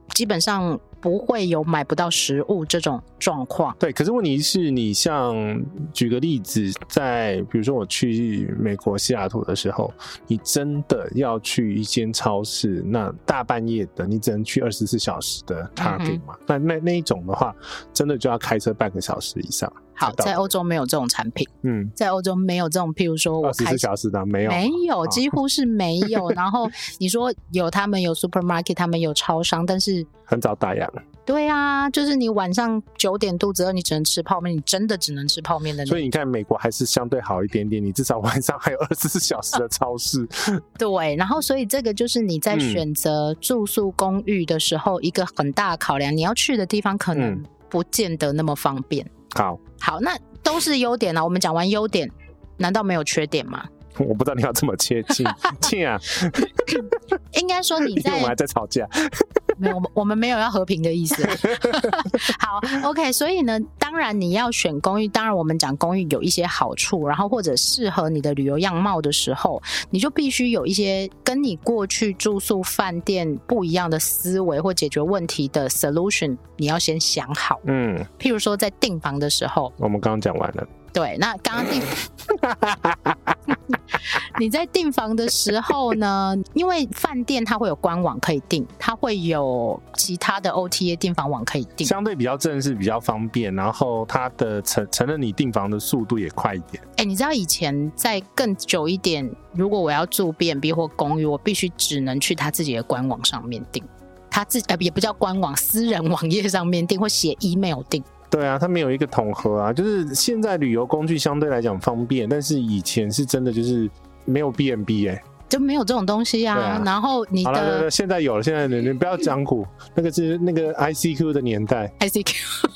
基本上不会有买不到食物这种状况。 对，可是问题是你像举个例子，在比如说我去美国西雅图的时候，你真的要去一间超市，那大半夜的你只能去二十四小时的 Target 嘛、嗯、那那那一种的话真的就要开车半个小时以上。 好，在欧洲没有这种产品。嗯，在欧洲没有这种，譬如说我开二十四小时的没有， 没有，几乎是没有。然后你说有，他们有 supermarket， 他们有超商，但是很早打烊。 对啊，就是你晚上九点肚子饿，你只能吃泡面，你真的只能吃泡面的。 所以你看，美国还是相对好一点点，你至少晚上还有二十四小时的超市。 对，然后所以这个就是你在选择住宿公寓的时候、嗯、一个很大的考量，你要去的地方可能不见得那么方便。嗯、 好， 好，那都是优点啊。我们讲完优点，难道没有缺点吗？ 我不知道你要这么切近近啊。 应该说你在， 因为我们还在吵架。 没有，我们没有要和平的意思。好 ，OK， 所以呢，当然你要选公寓，当然我们讲公寓有一些好处，然后或者适合你的旅游样貌的时候，你就必须有一些跟你过去住宿饭店不一样的思维或解决问题的 solution， 你要先想好。嗯，譬如说在订房的时候， 我们刚刚讲完了。 对，那刚刚订你在订房的时候呢，因为饭店它会有官网可以订，它会有其他的 O T A 订房网可以订， 相对比较正式，比较方便，然后它的承承认你订房的速度也快一点。 哎、欸，你知道以前在更久一点，如果我要住 B and B 或公寓，我必须只能去他自己的官网上面订，他自呃也不叫官网，私人网页上面订或写 email 订。 对啊，它没有一个统合啊，就是现在旅游工具相对来讲方便，但是以前是真的就是没有 B and B 哎、欸， 就没有这种东西 啊, 啊然后你的好了，现在有了，现在你不要讲古，那个是那个 I C Q 的年代。 I C Q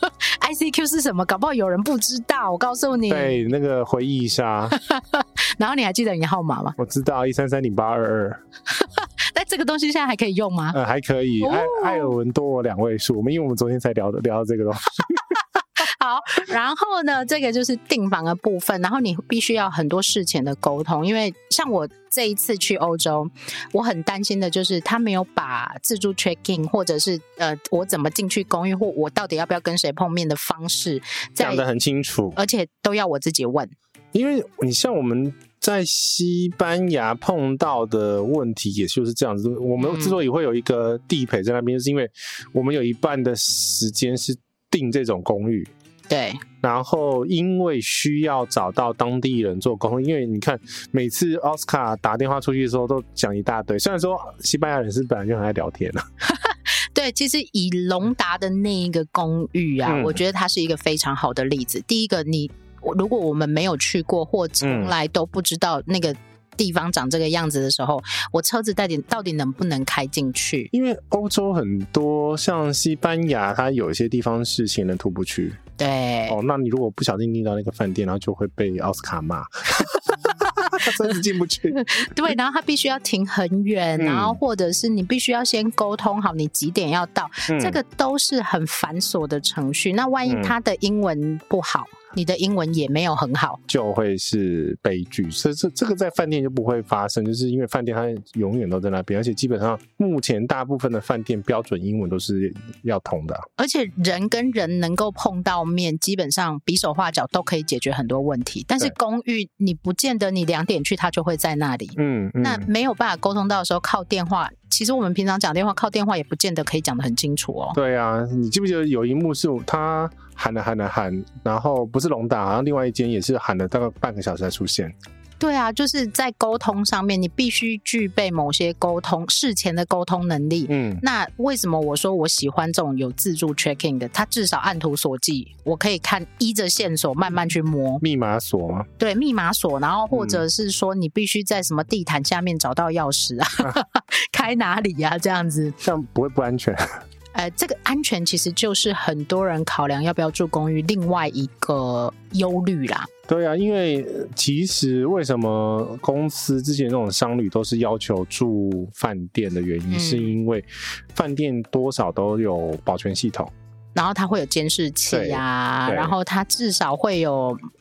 I C Q 是什么？搞不好有人不知道，我告诉你。 对，那个回忆杀。 然后你还记得你的号码吗？ 我知道一三三零八二二。 但这个东西现在还可以用吗？ 呃，还可以。哦、艾艾尔文多两位数，我们因为我们昨天才聊聊到这个东西。 好，然后呢，这个就是订房的部分，然后你必须要很多事前的沟通，因为像我这一次去欧洲，我很担心的就是他没有把自助 check in 或者是呃我怎么进去公寓或我到底要不要跟谁碰面的方式讲得很清楚， 而且都要我自己问。 因为你像我们在西班牙碰到的问题也就是这样子，我们之所以会有一个地陪在那边，就是因为我们有一半的时间是订这种公寓。 对， 然后因为需要找到当地人做沟通，因为你看每次奥斯卡打电话出去的时候都讲一大堆，虽然说西班牙人是本来就很爱聊天啊。 对，其实以隆达的那一个公寓啊、嗯、我觉得它是一个非常好的例子。第一个，你如果我们没有去过或从来都不知道那个地方长这个样子的时候，我车子到底到底能不能开进去？因为欧洲很多像西班牙，它有一些地方是行人出不去。 对， 哦，那你如果不小心进到那个饭店，然后就会被奥斯卡骂。他车子进不去。 对，然后他必须要停很远、嗯、然后或者是你必须要先沟通好你几点要到、嗯、这个都是很繁琐的程序。那万一他的英文不好、嗯、你的英文也没有很好， 就会是悲剧。所以这这个在饭店就不会发生，就是因为饭店它永远都在那边，而且基本上目前大部分的饭店标准英文都是要通的、啊、 而且人跟人能够碰到面，基本上比手画脚都可以解决很多问题。但是公寓你不见得你两点去他就会在那里，嗯，嗯那没有办法沟通到的时候靠电话，其实我们平常讲电话靠电话也不见得可以讲得很清楚哦。 对啊，你记不记得有一幕是他喊了喊了喊，然后不是龙达，好像另外一间也是喊了大概半个小时才出现。 对啊，就是在沟通上面你必须具备某些沟通事前的沟通能力。嗯，那为什么我说我喜欢这种有自助 check in 的，他至少按图索骥，我可以看依着线索慢慢去摸密码锁吗？ 对，密码锁，然后或者是说你必须在什么地毯下面找到钥匙啊、嗯、开哪里啊，这样子这样不会不安全。 呃，这个安全其实就是很多人考量要不要住公寓另外一个忧虑啦。 对啊，因为其实为什么公司之前那种商旅都是要求住饭店的原因、嗯、是因为饭店多少都有保全系统， 然后它会有监视器啊，然后它至少会有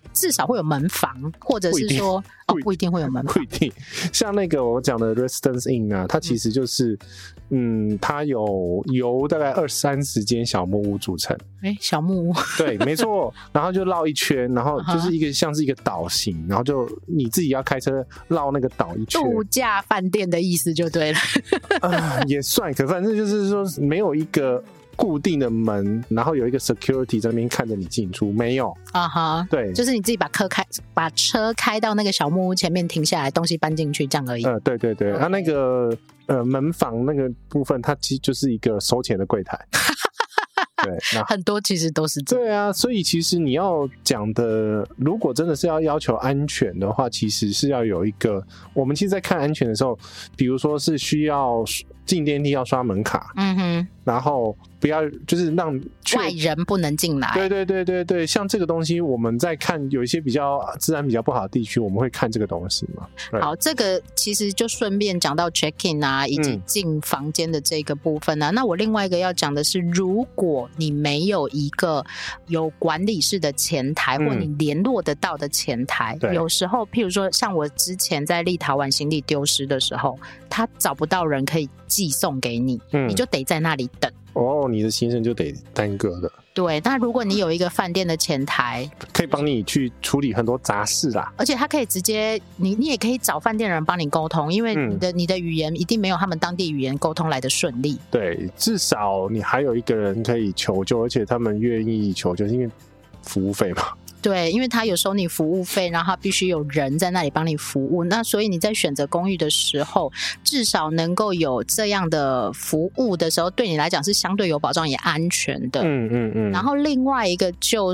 至少会有门房，或者是说哦，不一定会有门房， 不一定。像那个我讲的 Residence Inn 啊，它其实就是嗯，嗯它有由大概二三十间小木屋组成。 哎，小木屋， 对，没错。然后就绕一圈，然后就是一个像是一个岛型，然后就你自己要开车绕那个岛一圈。 度假饭店的意思就对了。 啊，也算，可反正就是说没有一个固定的门，然后有一个 security 在那边看着你进出，没有啊哈， 对， 就是你自己把车开，把车开到那个小木屋前面停下来，东西搬进去这样而已。 呃，对对对，它、okay. 啊、那个呃门房那个部分，它其实就是一个收钱的柜台。对， 很多其实都是这样。 对啊，所以其实你要讲的，如果真的是要要求安全的话，其实是要有一个，我们其实在看安全的时候，比如说是需要进电梯要刷门卡，嗯哼，然后不要就是让外人不能进来。 对对对对对，像这个东西我们在看有一些比较治安比较不好的地区，我们会看这个东西嘛。 好，这个其实就顺便讲到 check in 啊，以及进房间的这个部分啊。嗯、那我另外一个要讲的是，如果你没有一个有管理室的前台，嗯、或你联络得到的前台，有时候譬如说像我之前在立陶宛行李丢失的时候，他找不到人可以寄送给你，嗯、你就得在那里等。 哦，你的行程就得耽搁了。 对，那如果你有一个饭店的前台， 可以帮你去处理很多杂事啦， 而且他可以直接，你你也可以找饭店的人帮你沟通，因为你的、嗯、你的语言一定没有他们当地语言沟通来的顺利。 对，至少你还有一个人可以求救，而且他们愿意求救，因为服务费嘛。 对，因为他有收你服务费，然后他必须有人在那里帮你服务，那所以你在选择公寓的时候，至少能够有这样的服务的时候，对你来讲是相对有保障也安全的。嗯嗯嗯。然后另外一个就是，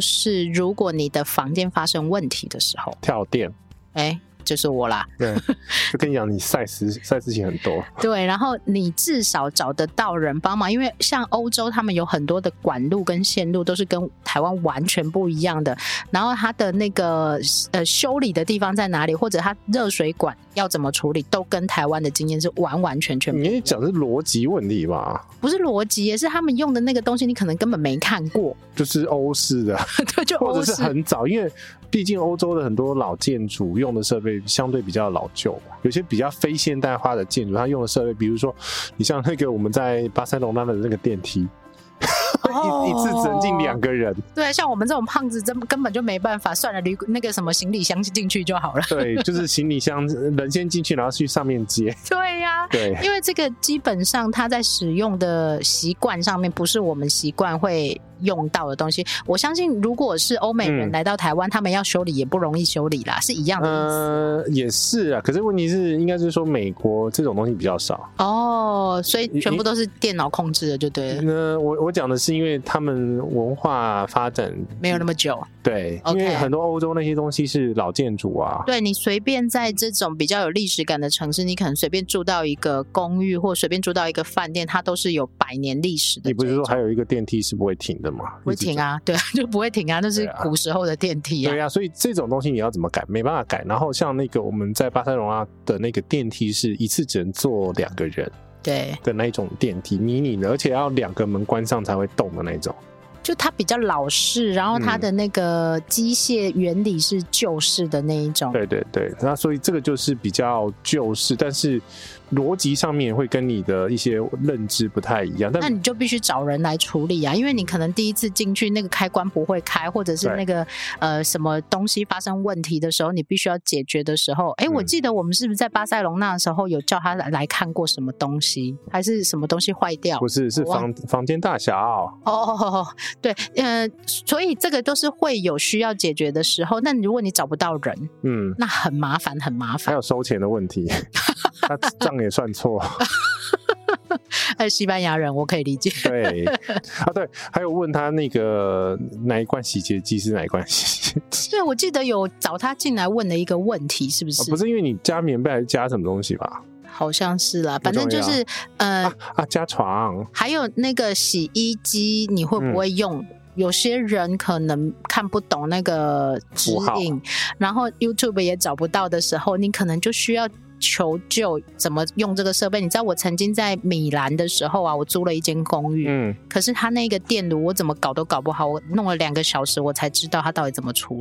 如果你的房间发生问题的时候， 跳电， 哎。就是我啦， 对，就跟你讲，你晒事晒事情很多， 对，然后你至少找得到人帮忙，因为像欧洲他们有很多的管路跟线路都是跟台湾完全不一样的，然后它的那个呃修理的地方在哪里，或者它热水管要怎么处理，都跟台湾的经验是完完全全不一样。 你讲的是逻辑问题吧？ 不是逻辑，也是他们用的那个东西，你可能根本没看过， 就是欧式的， 对，就欧式， 或者是很早，因为毕竟欧洲的很多老建筑用的设备相对比较老旧嘛，有些比较非现代化的建筑，它用的设备，比如说你像那个我们在巴塞隆纳的那个电梯。一, 一次只能进两个人， 对，像我们这种胖子真根本就没办法，算了，那个什么行李箱进去就好了。 对，就是行李箱人先进去，然后去上面接。 对呀、啊， 对， 因为这个基本上它在使用的习惯上面，不是我们习惯会用到的东西。我相信，如果是欧美人来到台湾、嗯，他们要修理也不容易修理啦，是一样的意思。 呃，也是啊，可是问题是，应该是说美国这种东西比较少哦，所以全部都是电脑控制的，就对了。 那我我讲的是，因为他们文化发展没有那么久， 对， okay. 因为很多欧洲那些东西是老建筑啊。 对，你随便在这种比较有历史感的城市，你可能随便住到一个公寓，或随便住到一个饭店，它都是有百年历史的。 你不是说还有一个电梯是不会停的吗？ 不会停啊，对，就不会停啊，那是古时候的电梯啊。 对啊，所以这种东西你要怎么改？没办法改。然后像那个我们在巴塞隆纳的那个电梯是一次只能坐两个人。 对的那一种电梯，迷你的，而且要两个门关上才会动的那种。 就它比较老式，然后它的那个机械原理是旧式的那一种。 嗯、对对对，那所以这个就是比较旧式，但是逻辑上面会跟你的一些认知不太一样。但那你就必须找人来处理啊，因为你可能第一次进去那个开关不会开，或者是那个呃什么东西发生问题的时候，你必须要解决的时候，哎、嗯，我记得我们是不是在巴塞隆纳的时候有叫他来来看过什么东西，还是什么东西坏掉？ 不是，是房房间大小。 哦哦哦，对，呃，所以这个都是会有需要解决的时候。那如果你找不到人，嗯，那很麻烦，很麻烦。 还有收钱的问题，他账也算错。 哎，西班牙人我可以理解。 对啊，对，还有问他那个哪一罐洗洁剂是哪一罐洗洁剂？ 对，我记得有找他进来问了一个问题，是不是？ 哦、不是因为你加棉被还是加什么东西吧？ 好像是啦，反正就是呃啊, 啊加床， 还有那个洗衣机你会不会用？嗯，有些人可能看不懂那个指引，然后 YouTube 也找不到的时候，你可能就需要求救怎么用这个设备。你知道我曾经在米兰的时候啊，我租了一间公寓，嗯，可是他那个电炉我怎么搞都搞不好，我弄了两个小时我才知道他到底怎么处理。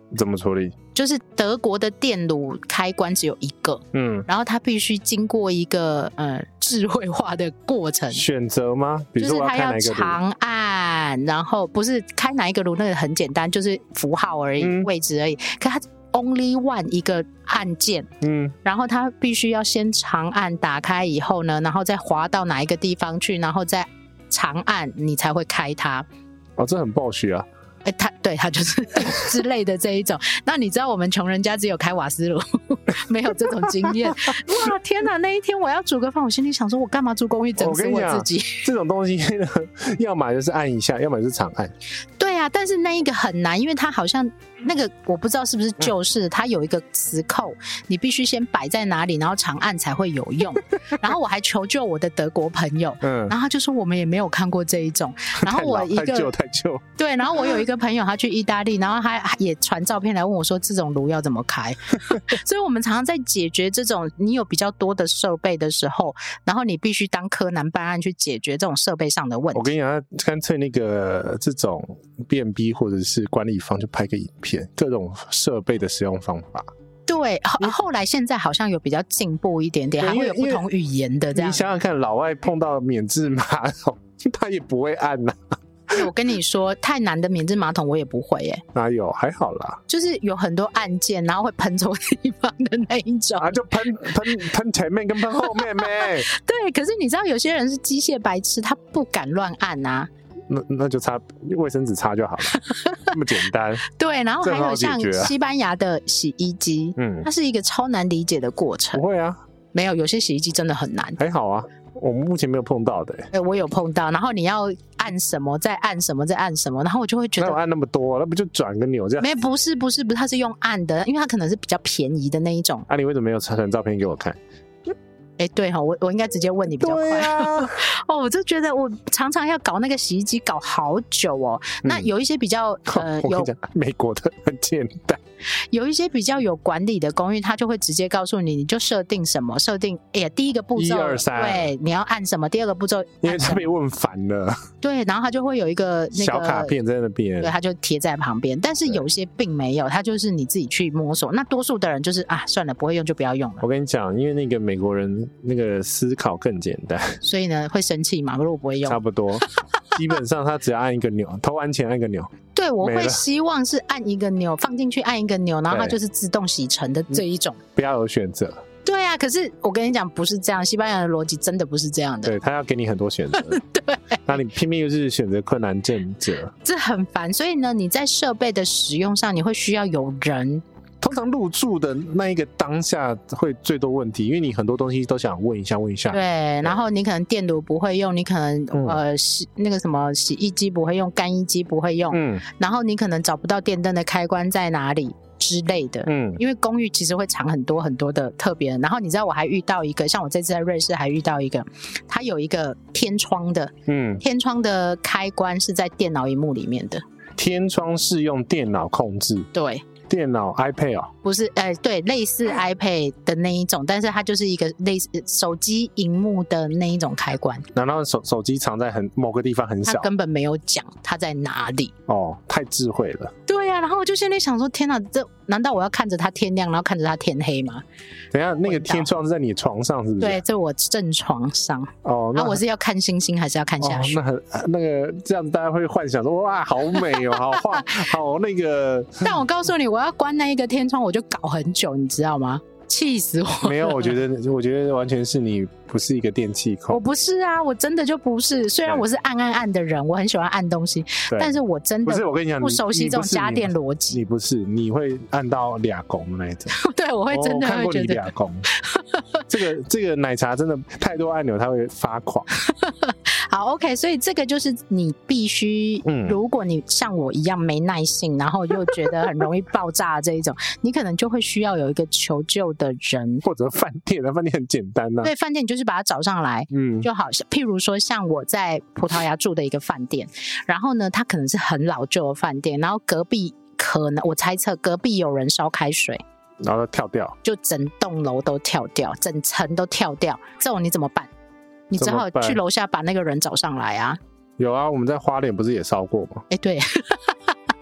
怎么处理？ 就是德国的电炉开关只有一个，嗯，然后它必须经过一个呃智慧化的过程， 选择吗？比如说我要开哪一个炉？ 就是它要长按，然后不是开哪一个炉，那个很简单，就是符号而已，嗯、位置而已。可它 only one 一个按键，嗯，然后它必须要先长按打开以后呢，然后再滑到哪一个地方去，然后再长按，你才会开它。 哦，这很暴雪啊！ 哎，他对他就是之类的这一种。那你知道我们穷人家只有开瓦斯炉，没有这种经验。哇，天哪！那一天我要煮个饭，我心里想说，我干嘛住公寓整死我自己？ 这种东西呢，要么就是按一下，要么就是长按。 对啊，但是那一个很难，因为它好像那个我不知道是不是旧式，它有一个磁扣，你必须先摆在哪里，然后长按才会有用。然后我还求救我的德国朋友，嗯，然后他就说我们也没有看过这一种。然后我一个太旧太旧， 对，然后我有一个朋友他去意大利，然后他也传照片来问我说这种炉要怎么开。所以我们常常在解决这种你有比较多的设备的时候，然后你必须当柯南办案去解决这种设备上的问题。 我跟你讲，干脆那个这种 B and B 或者是管理方就拍个影片，各种设备的使用方法。 对，后来现在好像有比较进步一点点，还会有不同语言的这样。 你想想看，老外碰到免治马桶，他也不会按啊。 我跟你说，太难的免治马桶我也不会耶、欸。 哪有？还好啦， 就是有很多按键，然后会喷错地方的那一种。 啊，就喷喷喷前面跟喷后面呗。 对，可是你知道有些人是机械白痴，他不敢乱按啊。 那那就擦卫生纸擦就好了，这么简单。 对，然后还有像西班牙的洗衣机，嗯，它是一个超难理解的过程。 不会啊， 没有，有些洗衣机真的很难。 还好啊，我们目前没有碰到的、欸。 哎，我有碰到，然后你要按什么，再按什么，再按什么，然后我就会觉得， 那我按那么多，那不就转个钮这样？ 没，不是，不是，不是，它是用按的，因为它可能是比较便宜的那一种。 啊，你为什么没有传照片给我看？ 哎，对哈，我我应该直接问你比较快。啊、哦，我就觉得我常常要搞那个洗衣机搞好久哦。嗯、那有一些比较呃有美国的很简单， 有一些比较有管理的公寓，它就会直接告诉你，你就设定什么，设定哎呀，第一个步骤一二三，对，你要按什么，第二个步骤， 因为他被问烦了。对， 然后他就会有一个那个小卡片在那边， 对，他就贴在旁边。但是有些并没有，他就是你自己去摸索。那多数的人就是啊，算了，不会用就不要用了。 我跟你讲，因为那个美国人。那个思考更简单， 所以呢会生气嘛？如果不会用， 差不多，基本上他只要按一个钮，投完钱按一个钮。 对，我会希望是按一个钮，放进去按一个钮，然后它就是自动洗尘的这一种， 不要有选择。 对啊，可是我跟你讲不是这样，西班牙的逻辑真的不是这样的。 对，他要给你很多选择。 对， 那你偏偏又是选择困难症者， 这很烦。所以呢，你在设备的使用上，你会需要有人。 通常入住的那一个当下会最多问题，因为你很多东西都想问一下问一下。 对，然后你可能电炉不会用，你可能、嗯、呃洗那个什么洗衣机不会用，干衣机不会用，嗯，然后你可能找不到电灯的开关在哪里之类的，嗯，因为公寓其实会藏很多很多的特别的。然后你知道我还遇到一个，像我这次在瑞士还遇到一个，它有一个天窗的，嗯，天窗的开关是在电脑萤幕里面的。 天窗是用电脑控制？ 对。 电脑 iPad 哦， 不是，哎、呃，对，类似 iPad 的那一种，但是它就是一个类似手机萤幕的那一种开关。 然后手手机藏在很某个地方很小， 它根本没有讲它在哪里。 哦，太智慧了。 对呀、啊，然后我就现在想说，天哪，这难道我要看着它天亮，然后看着它天黑吗？ 等一下，那个天窗是在你床上是不是？ 对，在我正床上。 哦， 那、啊、我是要看星星还是要看下雪？ 哦、那很那个这样，大家会幻想说，哇，好美哦，好画，好那个。 但我告诉你，我要关那一个天窗，我就搞很久，你知道吗？气死我！ 没有，我觉得，我觉得完全是你不是一个电器控。 我不是啊，我真的就不是。虽然我是按按按的人，我很喜欢按东西，但是我真的不是。我跟你讲， 不熟悉这种家电逻辑。 你不是，你会按到俩拱的那一种。 对，我会真的会觉得。我看过你俩拱。这个这个奶茶真的太多按钮，它会发狂。 好 ，OK， 所以这个就是你必须，嗯，如果你像我一样没耐性，然后又觉得很容易爆炸这一种，你可能就会需要有一个求救的人， 或者饭店啊，饭店很简单啊。 对，饭店你就是把它找上来，嗯，就好。譬如说，像我在葡萄牙住的一个饭店，然后呢，它可能是很老旧的饭店，然后隔壁可能我猜测隔壁有人烧开水。 然后跳掉， 就整栋楼都跳掉，整层都跳掉，这种你怎么办？你只好去楼下把那个人找上来啊。 有啊，我们在花莲不是也烧过吗？ 哎，对。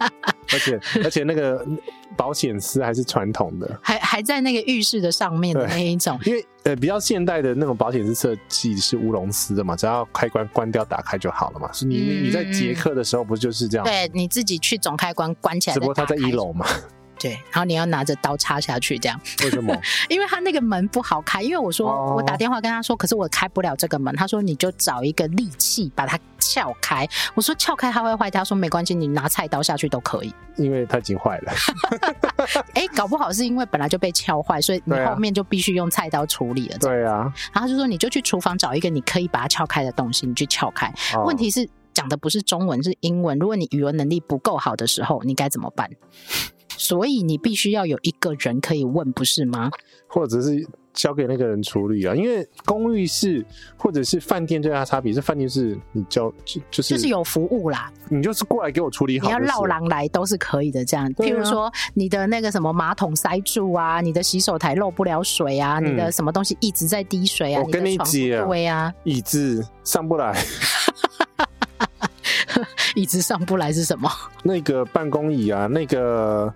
而且而且那个保险丝还是传统的， 还还在那个浴室的上面的那一种。 因为呃比较现代的那种保险丝设计是乌龙丝的嘛，只要开关关掉打开就好了嘛。所以你、嗯、你在捷克的时候不就是这样？ 对，你自己去总开关关起来， 只不过它在一楼嘛。 对，然后你要拿着刀插下去这样。 为什么？ 因为他那个门不好开，因为我说、哦、我打电话跟他说，可是我开不了这个门。他说你就找一个利器把它撬开。我说撬开它会坏，他说没关系，你拿菜刀下去都可以。 因为它已经坏了。 哎、欸，搞不好是因为本来就被撬坏，所以你后面就必须用菜刀处理了。 对啊。 然后他就说你就去厨房找一个你可以把它撬开的东西，你去撬开。哦、问题是讲的不是中文是英文，如果你语文能力不够好的时候，你该怎么办？所以你必须要有一个人可以问，不是吗？ 或者是交给那个人处理啊。因为公寓式或者是饭店最大的差别是，饭店是你交 就, 就是就是有服务啦， 你就是过来给我处理好， 你要绕廊来都是可以的。这样，啊、譬如说你的那个什么马桶塞住啊，你的洗手台漏不了水啊，嗯、你的什么东西一直在滴水啊， 我跟你讲， 对啊， 椅子上不来。 椅子上不来是什么？ 那个办公椅啊，那个。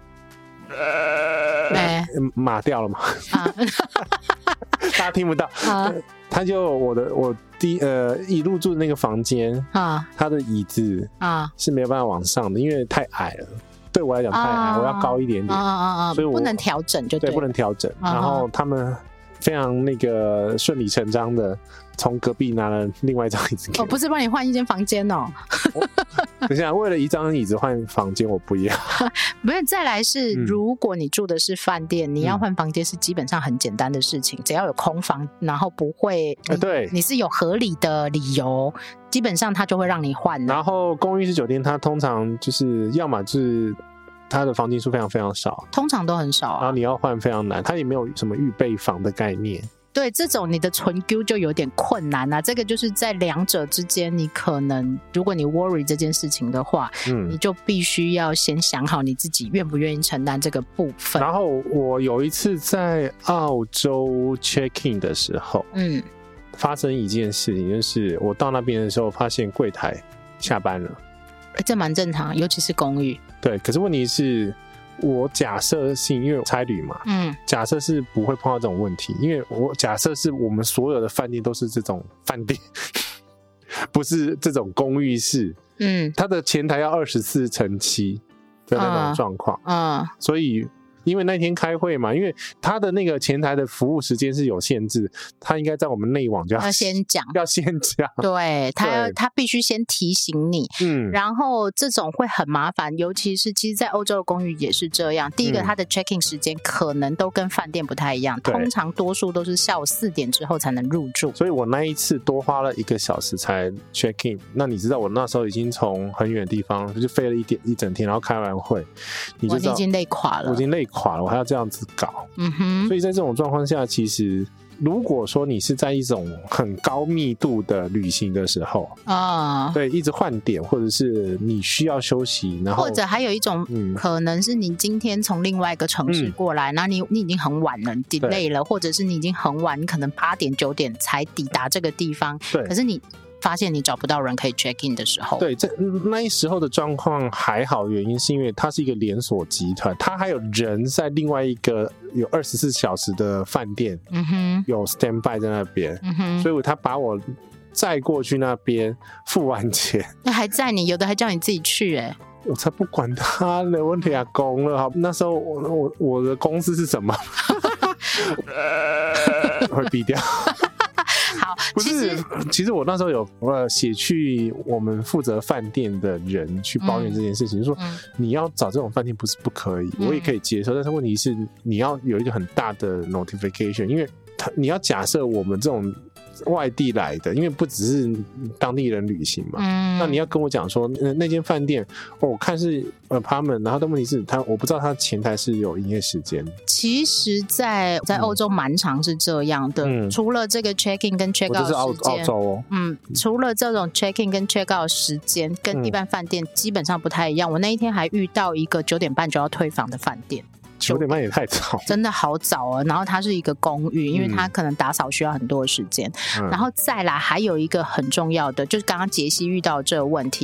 呃，码掉了嘛？啊，大家听不到。啊，他就我的我第呃一入住的那个房间啊，他的椅子啊是没有办法往上的，因为太矮了。对我来讲太矮，啊、我要高一点点，啊啊啊所以我不能调整就 对, 对，不能调整。啊、然后他们非常那个顺理成章的从隔壁拿了另外一张椅子给我。 哦，不是帮你换一间房间哦。 等一下，为了一张椅子换房间，我不要。 没有，再来是，嗯、如果你住的是饭店，你要换房间是基本上很简单的事情，嗯、只要有空房，然后不会， 呃、对， 你是有合理的理由，基本上他就会让你换。 然后公寓式酒店，它通常就是要么就是它的房间数非常非常少， 通常都很少啊。 然后你要换非常难，它也没有什么预备房的概念。 对，这种你的存 Q 就有点困难啊。这个就是在两者之间，你可能如果你 worry 这件事情的话，嗯，你就必须要先想好你自己愿不愿意承担这个部分。 然后我有一次在澳洲 check in 的时候，嗯，发生一件事情，就是我到那边的时候，发现柜台下班了。 欸、这蛮正常，尤其是公寓。 对，可是问题是。我假设性，因为我差旅嘛，嗯，假设是不会碰到这种问题，因为我假设是我们所有的饭店都是这种饭店，不是这种公寓式，嗯，它的前台要二十四乘七的那种状况，嗯，嗯所以。因为那天开会嘛，因为他的那个前台的服务时间是有限制，他应该在我们内网就要, 要先讲， 要先讲， 对他要他必须先提醒你，嗯，然后这种会很麻烦，尤其是其实，在欧洲的公寓也是这样。第一个，他的 check in 时间可能都跟饭店不太一样，通常多数都是下午四点之后才能入住， 所以我那一次多花了一个小时才 check in。那你知道我那时候已经从很远的地方就飞了一点一整天，然后开完会，你就知道我已经累垮了， 我已经累。垮了，我还要这样子搞，嗯哼，所以在这种状况下，其实如果说你是在一种很高密度的旅行的时候啊，对，一直换点，或者是你需要休息，然后或者还有一种、嗯、可能是你今天从另外一个城市过来，然后、嗯、你你已经很晚了，你 delay 了，或者是你已经很晚，你可能八点九点才抵达这个地方，对，可是你。发现你找不到人可以 check in 的时候， 对，这那时候的状况还好，原因是因为它是一个连锁集团，它还有人在另外一个有二十四小时的饭店，嗯哼，有 stand by 在那边，嗯哼，所以他把我载过去那边，付完钱， 那还载你，有的还叫你自己去、欸，哎， 我才不管他的问题啊，公了，好，那时候我我我的公司是什么？会逼掉。 好， 不是，其实, 其实我那时候有呃写去我们负责饭店的人去抱怨这件事情，嗯、就说、嗯、你要找这种饭店不是不可以，嗯、我也可以接受，但是问题是你要有一个很大的 notification， 因为他你要假设我们这种外地来的，因为不只是当地人旅行嘛，嗯、那你要跟我讲说、呃、那间饭店、哦、我看是 apartment， 然后但问题是他我不知道他前台是有营业时间。 其实在在欧洲蛮常是这样的、嗯、除了这个 check in 跟 check out 时间， 我这是 澳, 澳洲哦， 嗯，除了这种 check in 跟 check out 时间跟一般饭店基本上不太一样、嗯、我那一天还遇到一个九点半就要退房的饭店， 九点半也太早， 真的好早哦。然后它是一个公寓，因为它可能打扫需要很多时间、嗯、然后再来还有一个很重要的，就是刚刚杰西遇到这个问题，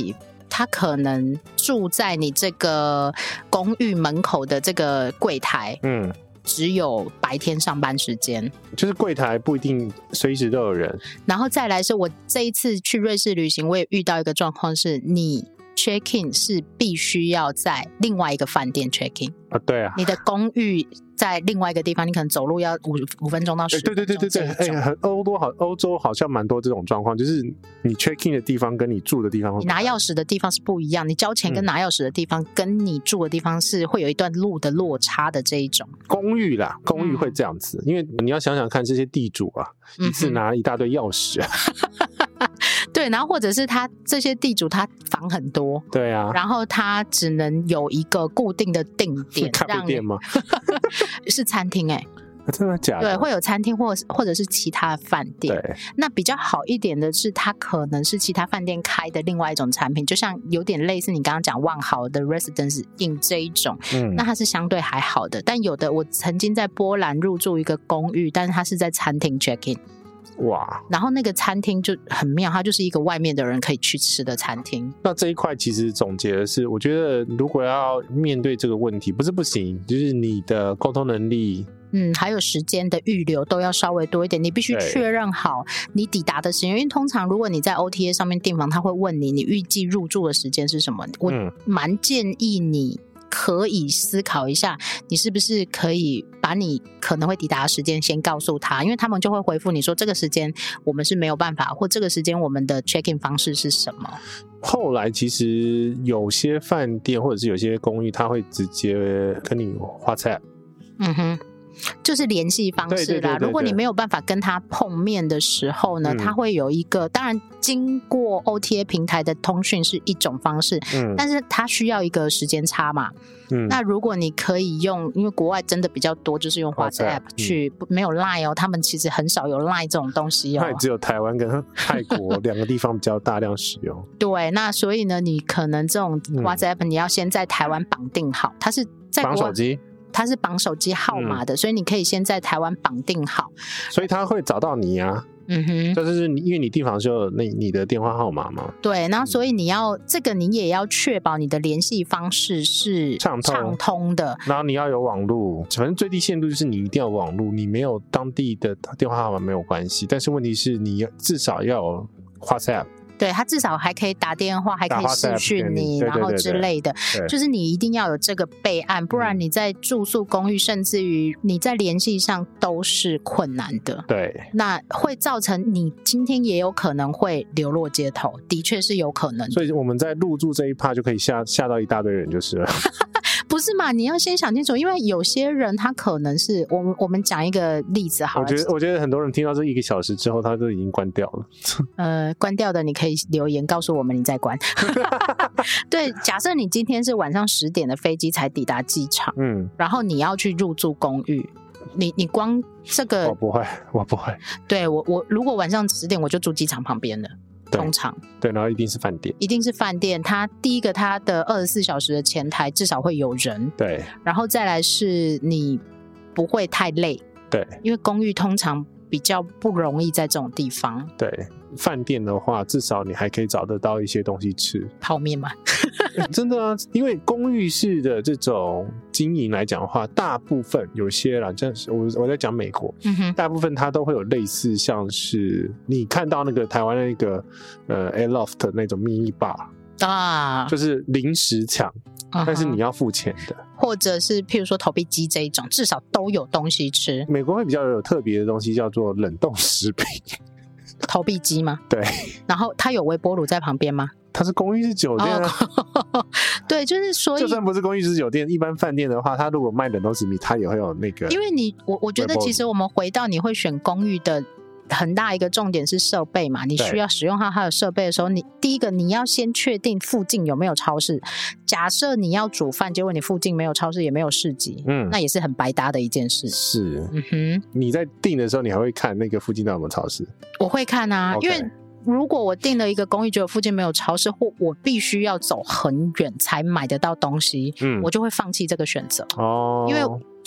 他可能住在你这个公寓门口的这个柜台，嗯，只有白天上班时间， 就是柜台不一定随时都有人。 然后再来是我这一次去瑞士旅行，我也遇到一个状况是，你 check in 是必须要在另外一个饭店 check in 啊，对啊， 你的公寓在另外一个地方，你可能走路要五五分钟到十分钟。 对对对对对，哎，欧多好，欧洲好像蛮多这种状况，就是你 check in 的地方跟你住的地方， 你拿钥匙的地方是不一样，你交钱跟拿钥匙的地方、嗯、跟你住的地方是会有一段路的落差的这一种。 公寓啦，公寓会这样子，嗯、因为你要想想看，这些地主啊，一次拿一大堆钥匙、啊。 对，然后或者是他这些地主他房很多， 对啊， 然后他只能有一个固定的定点， 咖啡店吗？ 是餐厅哎、欸啊，真的假的？ 对，会有餐厅或或者是其他的饭店。 对， 那比较好一点的是，它可能是其他饭店开的另外一种产品，就像有点类似你刚刚讲万豪的 Residence Inn 这一种，嗯，那它是相对还好的。但有的我曾经在波兰入住一个公寓，但是它是在餐厅 check in。 哇！ 然后那个餐厅就很妙，它就是一个外面的人可以去吃的餐厅。 那这一块其实总结的是，我觉得如果要面对这个问题，不是不行，就是你的沟通能力， 嗯，还有时间的预留都要稍微多一点。你必须确认好你抵达的时间，因为通常如果你在 O T A 上面订房，他会问你你预计入住的时间是什么。我蛮建议你可以思考一下，你是不是可以把你可能会抵达的时间先告诉他，因为他们就会回复你说这个时间我们是没有办法，或这个时间我们的 check in 方式是什么。 后来其实有些饭店或者是有些公寓他会直接跟你 WhatsApp， 嗯哼，就是联系方式啦。对对对对对，如果你没有办法跟他碰面的时候呢，嗯、他会有一个，当然经过 O T A 平台的通讯是一种方式，嗯、但是他需要一个时间差嘛。嗯、那如果你可以用，因为国外真的比较多，就是用 WhatsApp 去，嗯、没有 Line 哦，他们其实很少有 Line 这种东西哦， 它也只有台湾跟泰国两个地方比较大量使用。 对，那所以呢，你可能这种 WhatsApp、嗯、你要先在台湾绑定好，它是在绑手机。 它是绑手机号码的、嗯、所以你可以先在台湾绑定好， 所以他会找到你啊。嗯哼，就是因为你订房就有那你的电话号码嘛。 对，然后所以你要、嗯、这个你也要确保你的联系方式是畅通, 畅通的， 然后你要有网路，反正最低限度就是你一定要有网路，你没有当地的电话号码没有关系，但是问题是你至少要有 WhatsApp。 对，他至少还可以打电话，还可以视讯你，然后之类的，就是你一定要有这个备案，不然你在住宿公寓，甚至于你在联系上都是困难的。 对， 那会造成你今天也有可能会流落街头，的确是有可能。 所以我们在入住这一趴就可以吓吓到一大堆人就是了。 不是嘛？你要先想清楚，因为有些人他可能是我们我们讲一个例子好了。 我觉得我觉得很多人听到这一个小时之后，他都已经关掉了。 呃，关掉的你可以留言告诉我们你再关。对，假设你今天是晚上十点的飞机才抵达机场，嗯，然后你要去入住公寓，你你光这个我不会，我不会。 对我我如果晚上十点我就住机场旁边了。通常对, 对，然后一定是饭店， 一定是饭店。它第一个，它的二十四小时的前台至少会有人， 对。 然后再来是你不会太累， 对， 因为公寓通常比较不容易在这种地方。 对，饭店的话，至少你还可以找得到一些东西吃， 泡面嘛。 欸、真的啊，因为公寓式的这种经营来讲的话，大部分有些啦，像我我在讲美国、嗯，大部分它都会有类似，像是你看到那个台湾那个呃 Aloft 那种 mini bar 啊，就是零食墙、uh-huh, 但是你要付钱的， 或者是譬如说投币机这一种，至少都有东西吃。 美国会比较有特别的东西，叫做冷冻食品。 投币机吗？ 对。 然后它有微波炉在旁边吗？ 它是公寓式酒店啊。 Oh, 对，就是所以就算不是公寓式酒店，一般饭店的话，它如果卖冷冻食品，它也会有那个。 因为你我我觉得其实我们回到你会选公寓的很大一个重点是设备嘛，你需要使用到它的设备的时候，你第一个你要先确定附近有没有超市。假设你要煮饭，结果你附近没有超市也没有市集，嗯，那也是很白搭的一件事。 是，嗯哼，你在订的时候，你还会看那个附近到底有没有超市？ 我会看啊， okay. 因为如果我订了一个公寓，结果附近没有超市，或我必须要走很远才买得到东西，嗯，我就会放弃这个选择哦，因为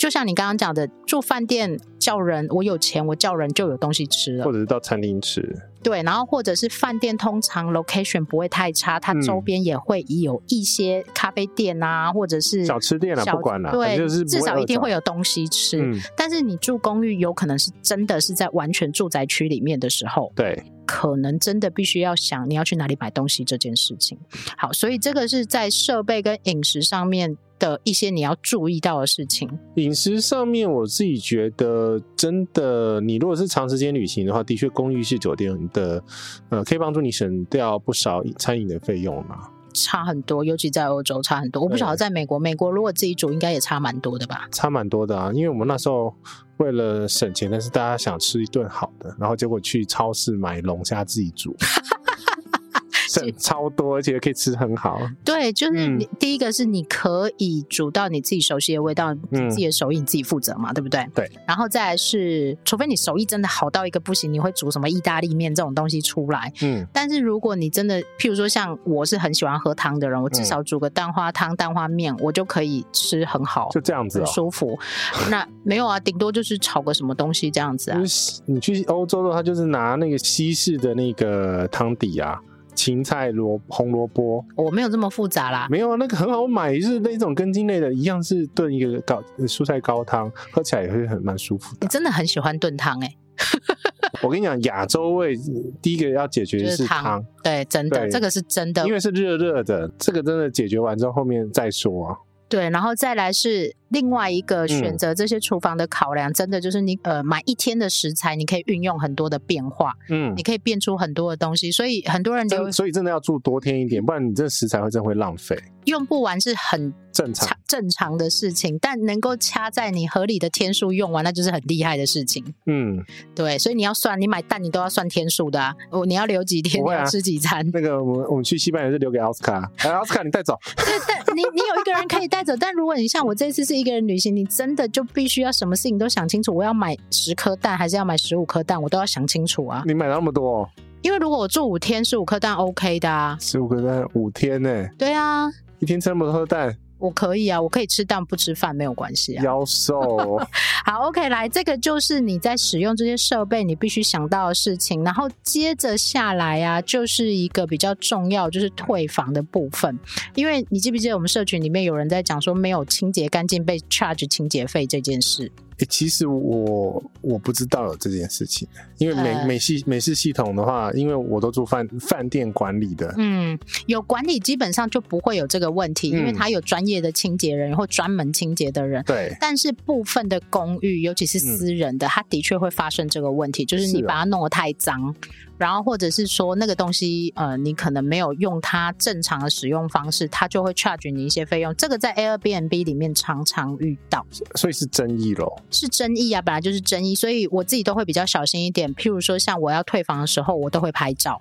就像你刚刚讲的，住饭店叫人，我有钱我叫人就有东西吃了， 或者是到餐厅吃。 对，然后或者是饭店通常 location 不会太差，它周边也会有一些咖啡店啊，嗯、或者是小吃店啊，不管啦， 对， 就是至少一定会有东西吃。嗯、但是你住公寓，有可能是真的是在完全住宅区里面的时候， 对， 可能真的必须要想你要去哪里买东西这件事情。好，所以这个是在设备跟饮食上面的一些你要注意到的事情。 饮食上面我自己觉得真的，你如果是长时间旅行的话，的确公寓式酒店的呃可以帮助你省掉不少餐饮的费用啦， 差很多，尤其在欧洲差很多。我不晓得在美国，美国如果自己煮应该也差蛮多的吧？ 差蛮多的啊，因为我们那时候为了省钱，但是大家想吃一顿好的，然后结果去超市买龙虾自己煮省超多，而且可以吃很好。 对，就是你、嗯、第一个是你可以煮到你自己熟悉的味道，嗯、自己的手艺你自己负责嘛，对不对？ 对。 然后再来是，除非你手艺真的好到一个不行，你会煮什么意大利面这种东西出来。嗯。但是如果你真的，譬如说像我是很喜欢喝汤的人，我至少煮个蛋花汤、蛋花面，我就可以吃很好， 就这样子、哦， 很舒服。那没有啊，顶多就是炒个什么东西这样子啊。 就是你去欧洲的话，就是拿那个西式的那个汤底啊。芹菜萝红萝卜， 我没有这么复杂啦。 没有啊，那个很好买，就是那种根茎类的，一样是炖一个高蔬菜高汤，喝起来也会很蛮舒服的。 你真的很喜欢炖汤哎！ 我跟你讲，亚洲味第一个要解决的是汤， 就是、对，真的，这个是真的， 因为是热热的，这个真的解决完之后，后面再说啊。 对，然后再来是另外一个选择这些厨房的考量，嗯、真的就是你呃买一天的食材，你可以运用很多的变化，嗯，你可以变出很多的东西，所以很多人留， 所以真的要住多天一点，不然你这食材会真的会浪费， 用不完是很正常正常的事情，但能够掐在你合理的天数用完，那就是很厉害的事情。嗯，对，所以你要算，你买蛋你都要算天数的啊，你要留几天，啊、你要吃几餐。 那个我们我们去西班牙是留给奥斯卡，哎，奥斯卡你带走。 对，但你你有一个人可以带走，但如果你像我这次是一个人旅行，你真的就必须要什么事情都想清楚，我要买十颗蛋还是要买十五颗蛋，我都要想清楚啊。 你买那么多、哦？因为如果我住五天，十五颗蛋 OK 的啊。 十五颗蛋五天呢、欸？对啊， 一天吃那么多蛋。 我可以啊，我可以吃蛋不吃饭没有关系啊。 夭寿。 好 OK， 来，这个就是你在使用这些设备你必须想到的事情，然后接着下来啊，就是一个比较重要，就是退房的部分。因为你记不记得我们社群里面有人在讲说没有清洁干净被 charge 清洁费这件事？ 欸、其实我我不知道有这件事情，因为美、呃、美系美式系统的话，因为我都住饭饭店管理的， 嗯，有管理基本上就不会有这个问题，嗯、因为它有专业的清洁人或专门清洁的人。 对， 但是部分的公寓，尤其是私人的，嗯、它的确会发生这个问题，就是你把它弄得太脏。然后或者是说那个东西呃，你可能没有用它正常的使用方式，它就会 charge 你一些费用，这个在 Airbnb 里面常常遇到， 所以是争议咯。 是争议啊，本来就是争议，所以我自己都会比较小心一点，譬如说像我要退房的时候我都会拍照。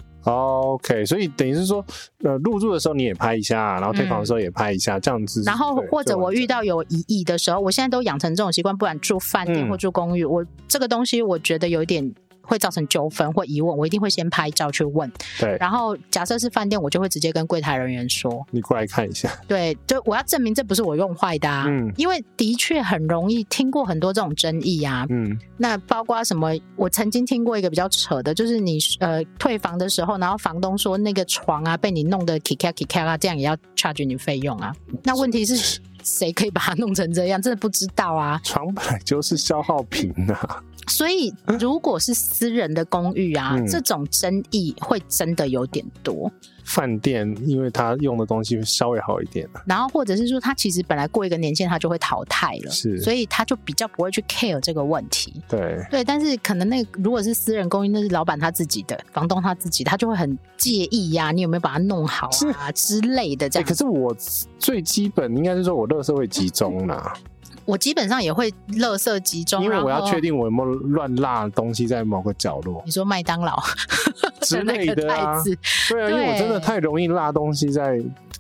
OK， 所以等于是说呃，入住的时候你也拍一下，然后退房的时候也拍一下，嗯、这样子。 然后或者我遇到有疑义的时候，我现在都养成这种习惯，不管住饭店或住公寓，嗯、我这个东西我觉得有一点会造成纠纷或疑问，我一定会先拍照去问。 对， 然后假设是饭店，我就会直接跟柜台人员说：“ 你过来看一下。” 对，就我要证明这不是我用坏的啊。嗯，因为的确很容易听过很多这种争议啊。嗯，那包括什么？我曾经听过一个比较扯的，就是你呃退房的时候，然后房东说那个床啊被你弄得 kika kika 啊，这样也要 charge 你费用啊。那问题是谁可以把它弄成这样？真的不知道啊。 床本来就是消耗品啊。 所以如果是私人的公寓啊、嗯、这种争议会真的有点多。 饭店因为他用的东西会稍微好一点， 然后或者是说他其实本来过一个年限他就会淘汰了， 是， 所以他就比较不会去 care 这个问题。 对对，但是可能那个如果是私人公寓，那是老板他自己的，房东他自己，他就会很介意呀、啊，你有没有把它弄好啊之类的这样、 欸、可是我最基本应该是说我垃圾会集中啦、嗯我基本上也会垃圾集中， 因为我要确定我有没有乱落东西在某个角落。 你说麦当劳之类的啊？对啊，因为我真的太容易落东西在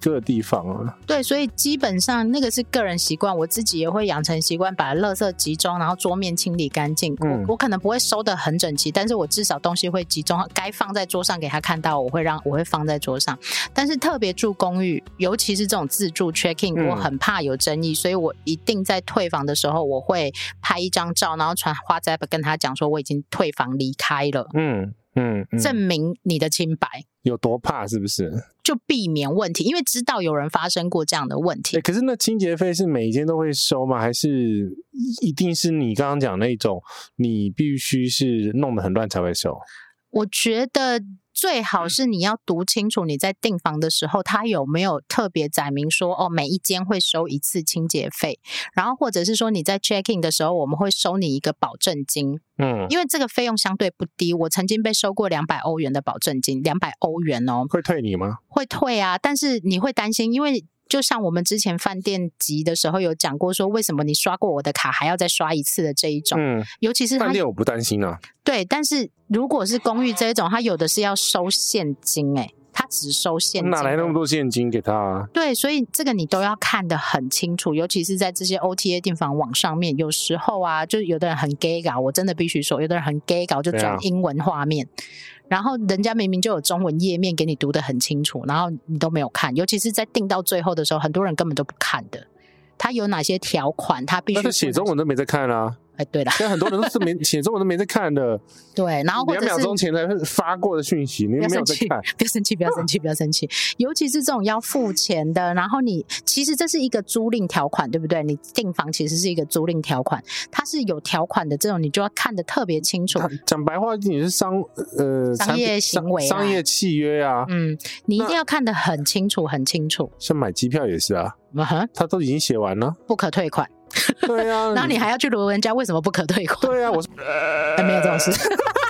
各个地方啊。 对，所以基本上那个是个人习惯，我自己也会养成习惯，把垃圾集中，然后桌面清理干净。嗯、我我可能不会收得很整齐，但是我至少东西会集中，该放在桌上给他看到，我会让我会放在桌上。但是特别住公寓，尤其是这种自助 check in，、嗯、我很怕有争议，所以我一定在退房的时候，我会拍一张照，然后传 WhatsApp 跟他讲说我已经退房离开了。嗯。嗯, 嗯，证明你的清白。 有多怕是不是？ 就避免问题，因为知道有人发生过这样的问题。 欸、可是那清洁费是每一间都会收吗？还是一定是你刚刚讲那种你必须是弄得很乱才会收？ 我觉得最好是你要读清楚你在订房的时候他有没有特别载明说哦，每一间会收一次清洁费，然后或者是说你在 check in 的时候我们会收你一个保证金。嗯，因为这个费用相对不低，我曾经被收过两百欧元的保证金，两百欧元哦。 会退你吗？ 会退啊，但是你会担心，因为就像我们之前饭店集的时候有讲过说为什么你刷过我的卡还要再刷一次的这一种。嗯，尤其是饭店我不担心啊。 对，但是如果是公寓这一种，它有的是要收现金欸，他只收现金， 哪来那么多现金给他啊？ 对，所以这个你都要看得很清楚，尤其是在这些 O T A 订房网上面，有时候啊，就有的人很 gay 搞，我真的必须说，有的人很 gay 搞，就转英文画面，啊、然后人家明明就有中文页面给你读得很清楚，然后你都没有看，尤其是在订到最后的时候，很多人根本都不看的。他有哪些条款，他必须。 但是写中文都没在看啊。 哎，对啦， 现在很多人都是没写中文都没在看的。 对，然后或者是两秒钟前才发过的讯息，你没有在看。 不要生气，不要生气，不要生气。尤其是这种要付钱的，然后你其实这是一个租赁条款，对不对？你订房其实是一个租赁条款，它是有条款的，这种你就要看得特别清楚。 讲白话，你是商呃商业行为、啊、 商业契约啊， 嗯，你一定要看得很清楚，很清楚。 像买机票也是啊，嗯、他都已经写完了， 不可退款。 对啊， 然后你还要去罗人家为什么不可退款？ 对啊，我还没有这种事。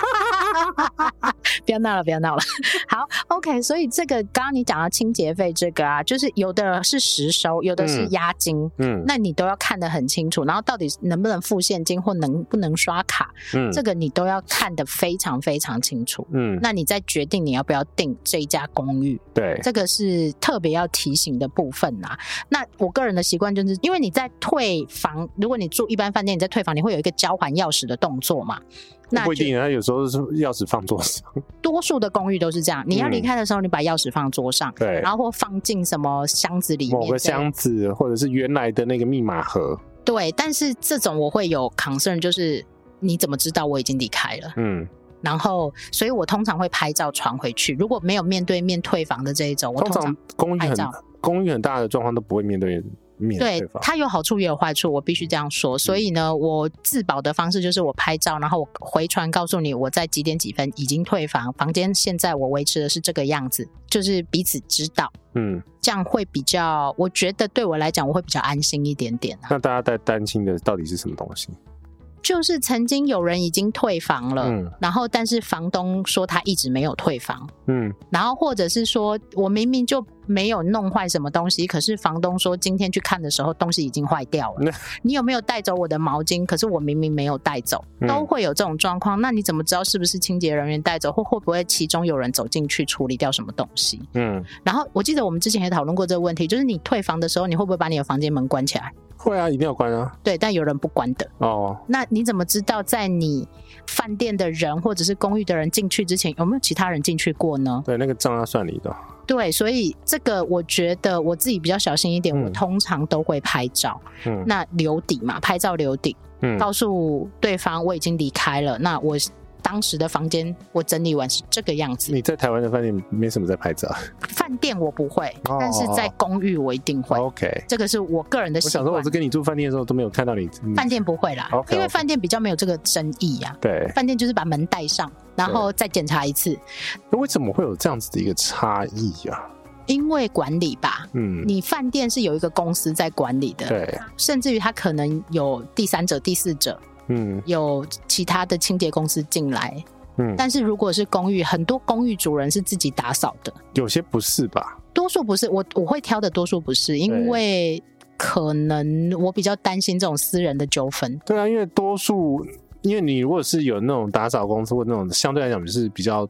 不要闹了，不要闹了。好 ，OK， 所以这个刚刚你讲到清洁费这个啊，就是有的是实收，有的是押金，嗯，那你都要看得很清楚，然后到底能不能付现金或能不能刷卡，嗯，这个你都要看得非常非常清楚，嗯，那你再决定你要不要订这一家公寓， 对， 这个是特别要提醒的部分啊。那我个人的习惯就是，因为你在退房，如果你住一般饭店，你在退房，你会有一个交还钥匙的动作嘛。 那不一定，他有时候是钥匙放桌上。 多数的公寓都是这样，你要离开的时候，你把钥匙放桌上，对、嗯，然后或放进什么箱子里面， 某个箱子，或者是原来的那个密码盒。 对，但是这种我会有 concern， 就是你怎么知道我已经离开了？嗯。然后，所以我通常会拍照传回去。如果没有面对面退房的这一种，我通常公寓很公寓很大的状况都不会面对面退房。 对，它有好处也有坏处，我必须这样说。所以呢，我自保的方式就是我拍照，然后我回传告诉你我在几点几分已经退房，房间现在我维持的是这个样子，就是彼此知道。嗯，这样会比较，我觉得对我来讲我会比较安心一点点、啊。 那大家在担心的到底是什么东西？ 就是曾经有人已经退房了、嗯、然后但是房东说他一直没有退房，嗯，然后或者是说我明明就没有弄坏什么东西，可是房东说今天去看的时候东西已经坏掉了、嗯、你有没有带走我的毛巾，可是我明明没有带走、嗯、都会有这种状况。那你怎么知道是不是清洁人员带走，或会不会其中有人走进去处理掉什么东西？嗯，然后我记得我们之前也讨论过这个问题，就是你退房的时候你会不会把你的房间门关起来？ 会啊，一定要关啊。 对，但有人不关的哦。那你怎么知道在你饭店的人或者是公寓的人进去之前有没有其他人进去过呢？ 对，那个账要算你的。 对，所以这个我觉得我自己比较小心一点、嗯、我通常都会拍照、嗯、那留底嘛，拍照留底、嗯、告诉对方我已经离开了，那我当时的房间我整理完是这个样子。 你在台湾的饭店没什么在拍照？ 饭店我不会、哦、但是在公寓我一定会。 OK， 这个是我个人的习惯。 我想说我是跟你住饭店的时候都没有看到你。 饭店不会啦、okay, okay. 因为饭店比较没有这个争议啊。 对， 饭店就是把门带上然后再检查一次。 那为什么会有这样子的一个差异啊？ 因为管理吧，嗯，你饭店是有一个公司在管理的， 对， 甚至于他可能有第三者、第四者，嗯，有其他的清洁公司进来，嗯，但是如果是公寓，很多公寓主人是自己打扫的， 有些不是吧？ 多数不是，我我会挑的多数不是，因为可能我比较担心这种私人的纠纷。 对啊，因为多数，因为你如果是有那种打扫公司或那种相对来讲就是比较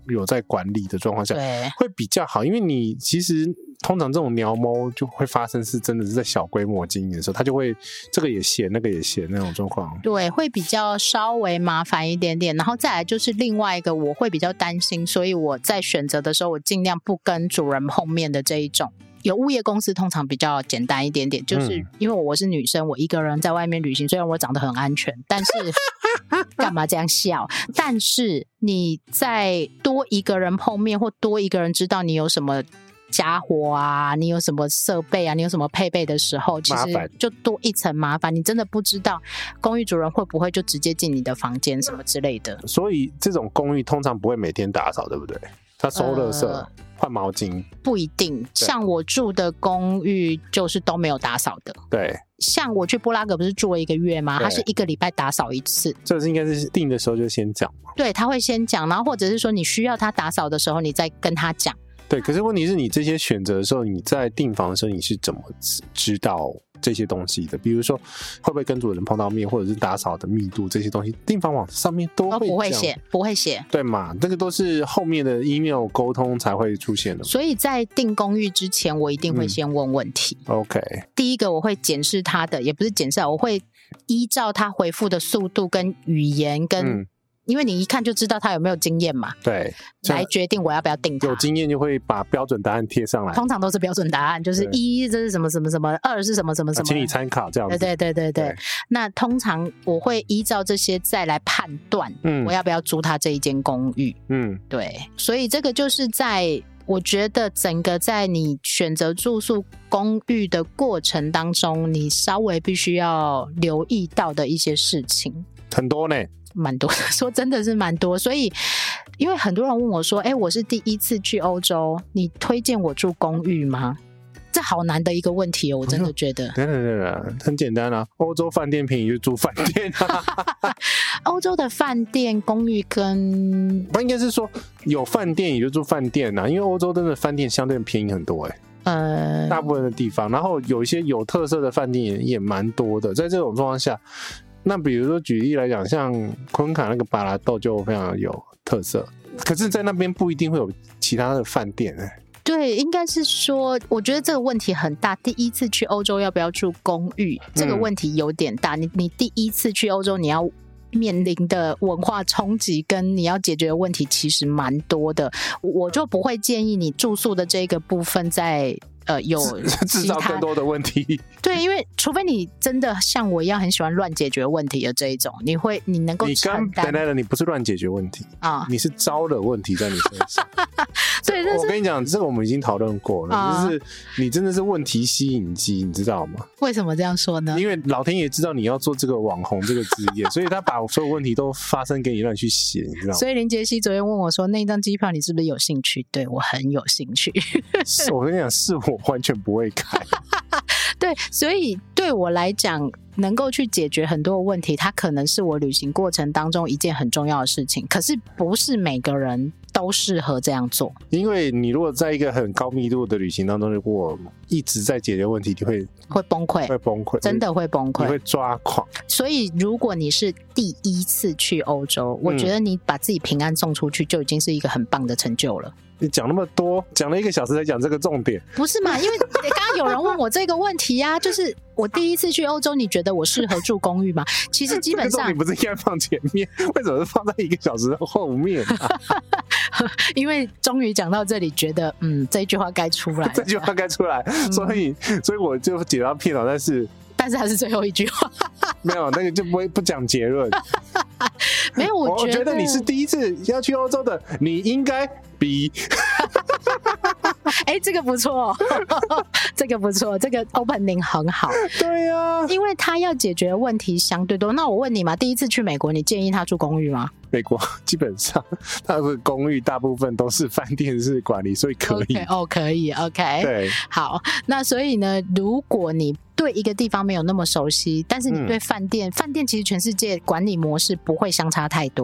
有在管理的状况下， 对， 会比较好，因为你其实通常这种鸟猫就会发生是真的是在小规模经营的时候，它就会这个也嫌那个也嫌那种状况， 对，会比较稍微麻烦一点点。然后再来就是另外一个我会比较担心，所以我在选择的时候我尽量不跟主人碰面的这一种。有物业公司通常比较简单一点点，就是因为我是女生，我一个人在外面旅行，虽然我长得很安全，但是干嘛这样笑？但是你在多一个人碰面，或多一个人知道你有什么家伙啊，你有什么设备啊，你有什么配备的时候，其实就多一层麻烦。你真的不知道公寓主人会不会就直接进你的房间什么之类的。 所以这种公寓通常不会每天打扫，对不对？他收垃圾、呃、换毛巾不一定，像我住的公寓就是都没有打扫的。 对， 像我去布拉格不是住了一个月吗？他是一个礼拜打扫一次。这是应该是订的时候就先讲嘛？ 对，他会先讲，然后或者是说你需要他打扫的时候，你再跟他讲。 对，可是问题是你这些选择的时候，你在订房的时候你是怎么知道这些东西的？比如说会不会跟主人碰到面，或者是打扫的密度，这些东西订房网上面都会、哦、 不会写，不会写， 对嘛？这个都是后面的 email 沟通才会出现的。 所以在订公寓之前，我一定会先问问题。 嗯、OK， 第一个我会检视他的，也不是检视，我会依照他回复的速度跟语言跟、嗯。因为你一看就知道他有没有经验嘛， 对， 来决定我要不要订他。 有经验就会把标准答案贴上来， 通常都是标准答案，就是一这是什么什么什么，二是什么什么什么， 请你参考这样子。 对对对对 对, 对。那通常我会依照这些再来判断，嗯，我要不要租他这一间公寓。嗯，对，所以这个就是在我觉得整个在你选择住宿公寓的过程当中，你稍微必须要留意到的一些事情， 很多呢。 蛮多的，说真的是蛮多，所以因为很多人问我说，哎、欸，我是第一次去欧洲，你推荐我住公寓吗？这好难的一个问题哦，我真的觉得。 对对对对，很简单啊，欧洲饭店便宜就住饭店啊。 欧洲的饭店公寓跟不应该是说有饭店也就住饭店啊，因为欧洲真的饭店相对便宜很多哎、欸。呃，大部分的地方，然后有一些有特色的饭店也也蛮多的，在这种状况下。那比如说举例来讲，像昆卡那个巴拉豆就非常有特色，可是在那边不一定会有其他的饭店、欸、 对，应该是说我觉得这个问题很大，第一次去欧洲要不要住公寓这个问题有点大、嗯、你, 你第一次去欧洲你要面临的文化冲击跟你要解决的问题其实蛮多的，我就不会建议你住宿的这个部分在呃，有制造更多的问题。 对，因为除非你真的像我一样很喜欢乱解决问题的这一种，你会你能够承担。 你刚来了，你不是乱解决问题啊，你是招惹问题在你身上。 对， 我跟你讲，这个我们已经讨论过了、啊，就是你真的是问题吸引机，你知道吗？ 为什么这样说呢？ 因为老天爷知道你要做这个网红这个职业，所以他把所有问题都发生给你，让你去写，你知道吗？ 所以林杰西昨天问我说：“那一张机票你是不是有兴趣？”对，我很有兴趣。 我跟你讲，是我完全不会开。 对，所以对我来讲，能够去解决很多的问题，它可能是我旅行过程当中一件很重要的事情。可是不是每个人都适合这样做， 因为你如果在一个很高密度的旅行当中，如果一直在解决问题，你会会崩溃， 会崩溃， 真的会崩溃， 你会抓狂。 所以如果你是第一次去欧洲，我觉得你把自己平安送出去，就已经是一个很棒的成就了。 你讲那么多，讲了一个小时才讲这个重点， 不是嘛？因为刚刚有人问我这个问题啊，就是我第一次去欧洲，你觉得我适合住公寓吗？其实基本上， 这个重点不是应该放前面，为什么是放在一个小时的后面、啊？ 因为终于讲到这里，觉得嗯，这句话该出来了， 这句话该出来，嗯、所以所以我就解到片头，但是但是还是最后一句话， 没有那个就不会不讲结论。 没有，我觉得， 我觉得你是第一次要去欧洲的，你应该比。 哎、欸，这个不错，这个不错，这个 opening 很好。 对呀、啊， 因为他要解决问题相对多。那我问你嘛，第一次去美国，你建议他住公寓吗？ 美国基本上他的公寓大部分都是饭店式管理，所以可以。 Okay, 哦，可以 ，OK。对，好，那所以呢，如果你对一个地方没有那么熟悉，但是你对饭店，饭、嗯、店其实全世界管理模式不会相差太多。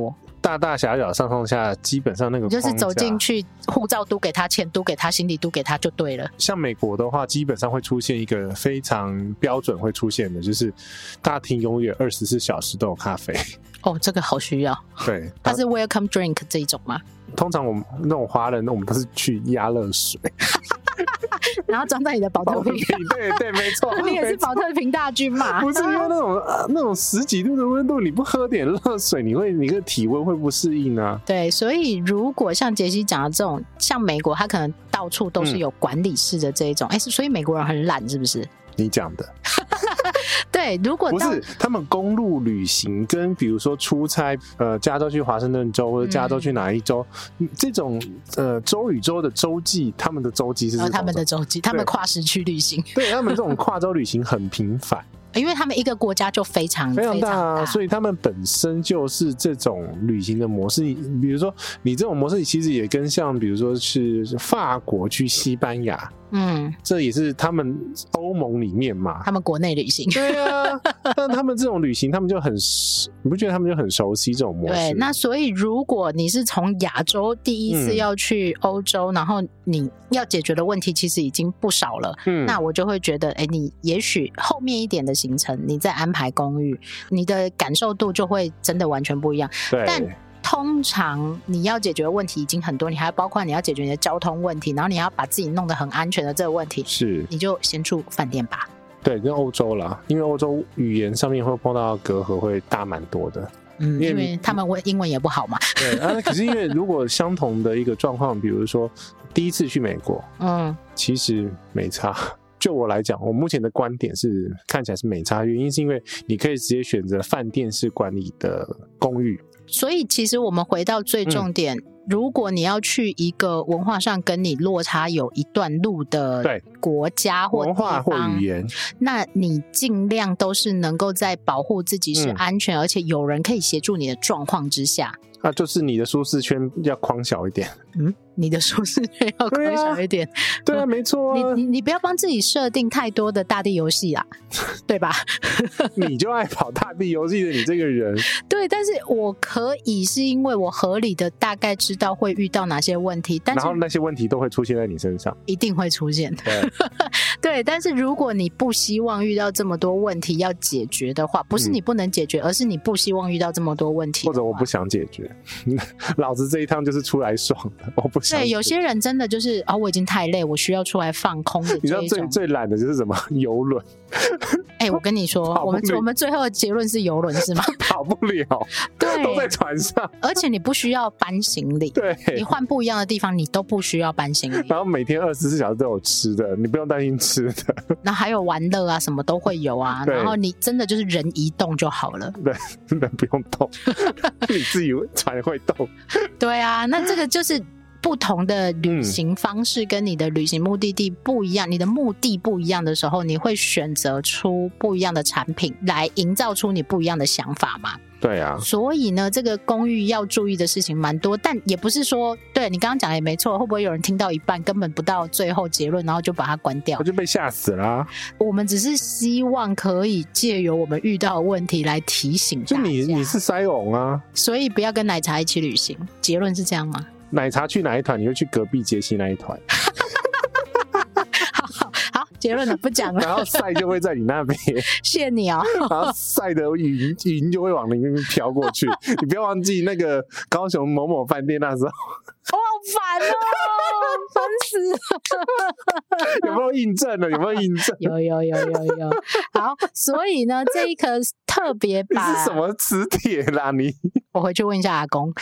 大大小小上上下基本上那个框架就是走进去，护照嘟给他，钱嘟给他，行李嘟给他就对了。 像美国的话，基本上会出现一个非常标准会出现的，就是大厅永远二十四小时都有咖啡。 哦，这个好需要。 对， 它是 welcome drink 这一种吗？ 通常我们那种华人，我们都是去压热水。 然后装在你的保特瓶， 对对，没错， 你也是保特瓶大军嘛？ 不是因为那种、呃、那种十几度的温度，你不喝点热水，你会你的体温会不适应啊。 对，所以如果像杰西讲的这种，像美国，它可能到处都是有管理室的这一种，哎、嗯，所以美国人很懒，是不是？ 你讲的。 对，如果不是他们公路旅行跟比如说出差，呃，加州去华盛顿州或者加州去哪一州，嗯、这种呃州与州的州际，他们的州际是、哦、 他们的州际，他们跨时区旅行， 对他们这种跨州旅行很频繁。 因为他们一个国家就非常非常大、啊， 大所以他们本身就是这种旅行的模式。你比如说，你这种模式其实也跟像比如说是法国去西班牙，嗯，这也是他们欧盟里面嘛， 他们国内旅行。 对啊，但他们这种旅行，他们就很，你不觉得他们就很熟悉这种模式？ 对，那所以如果你是从亚洲第一次要去欧洲、嗯，然后你要解决的问题其实已经不少了，嗯，那我就会觉得，哎，你也许后面一点的行程，你再安排公寓，你的感受度就会真的完全不一样。 对， 但通常你要解决的问题已经很多，你还包括你要解决你的交通问题，然后你要把自己弄得很安全的这个问题， 是你就先住饭店吧。 对，跟欧洲啦，因为欧洲语言上面会碰到隔阂会大蛮多的。 嗯，因为他们英文也不好嘛。 对啊，可是因为如果相同的一个状况，比如说第一次去美国，嗯，其实没差。就我来讲，我目前的观点是看起来是没差，原因是因为你可以直接选择饭店式管理的公寓。 所以其实我们回到最重点、嗯、如果你要去一个文化上跟你落差有一段路的国家或地方， 文化或语言， 那你尽量都是能够在保护自己是安全、嗯、而且有人可以协助你的状况之下， 那就是你的舒适圈要框小一点。 嗯，你的舒适圈要框小一点。 对啊，对啊，没错啊。 你你你不要帮自己设定太多的大地游戏啊，对吧？ 你就爱跑大地游戏的你这个人。 对，但是我可以是因为我合理的大概知道会遇到哪些问题，但是然后那些问题都会出现在你身上， 一定会出现。 对， 对，但是如果你不希望遇到这么多问题要解决的话，不是你不能解决、嗯、而是你不希望遇到这么多问题， 或者我不想解决。老子这一趟就是出来爽的，我不想。 对，有些人真的就是啊、哦，我已经太累，我需要出来放空的这一种。 你知道最最懒的就是什么？游轮。 哎、欸，我跟你说，我们我们最后的结论是游轮是吗？ 跑不了， 对， 都在船上， 而且你不需要搬行李， 对， 你换不一样的地方，你都不需要搬行李。 然后每天二十四小时都有吃的，你不用担心吃的。 然后还有玩乐啊，什么都会有啊。然后你真的就是人移动就好了， 对，人不用动，你自己船会动。 对啊，那这个就是不同的旅行方式跟你的旅行目的地不一样、嗯、你的目的不一样的时候，你会选择出不一样的产品来营造出你不一样的想法嘛。 对啊， 所以呢这个公寓要注意的事情蛮多，但也不是说对你刚刚讲的也没错，会不会有人听到一半根本不到最后结论然后就把它关掉， 我就被吓死了、啊、 我们只是希望可以借由我们遇到的问题来提醒大家， 就你你是塞翁啊， 所以不要跟奶茶一起旅行，结论是这样吗？ 奶茶去哪一团你就去隔壁杰西那一团。 好好好，结论了不讲了。 然后晒就会在你那边。 谢谢你哦。 然后晒的云云就会往你那边飘过去。你不要忘记那个高雄某某饭店那时候。 我好烦哦，烦死了。 有没有印证了？有没有印证？ 有有有有有。好，所以呢，这一颗特别把你是什么磁铁啦你？ 我回去问一下阿公。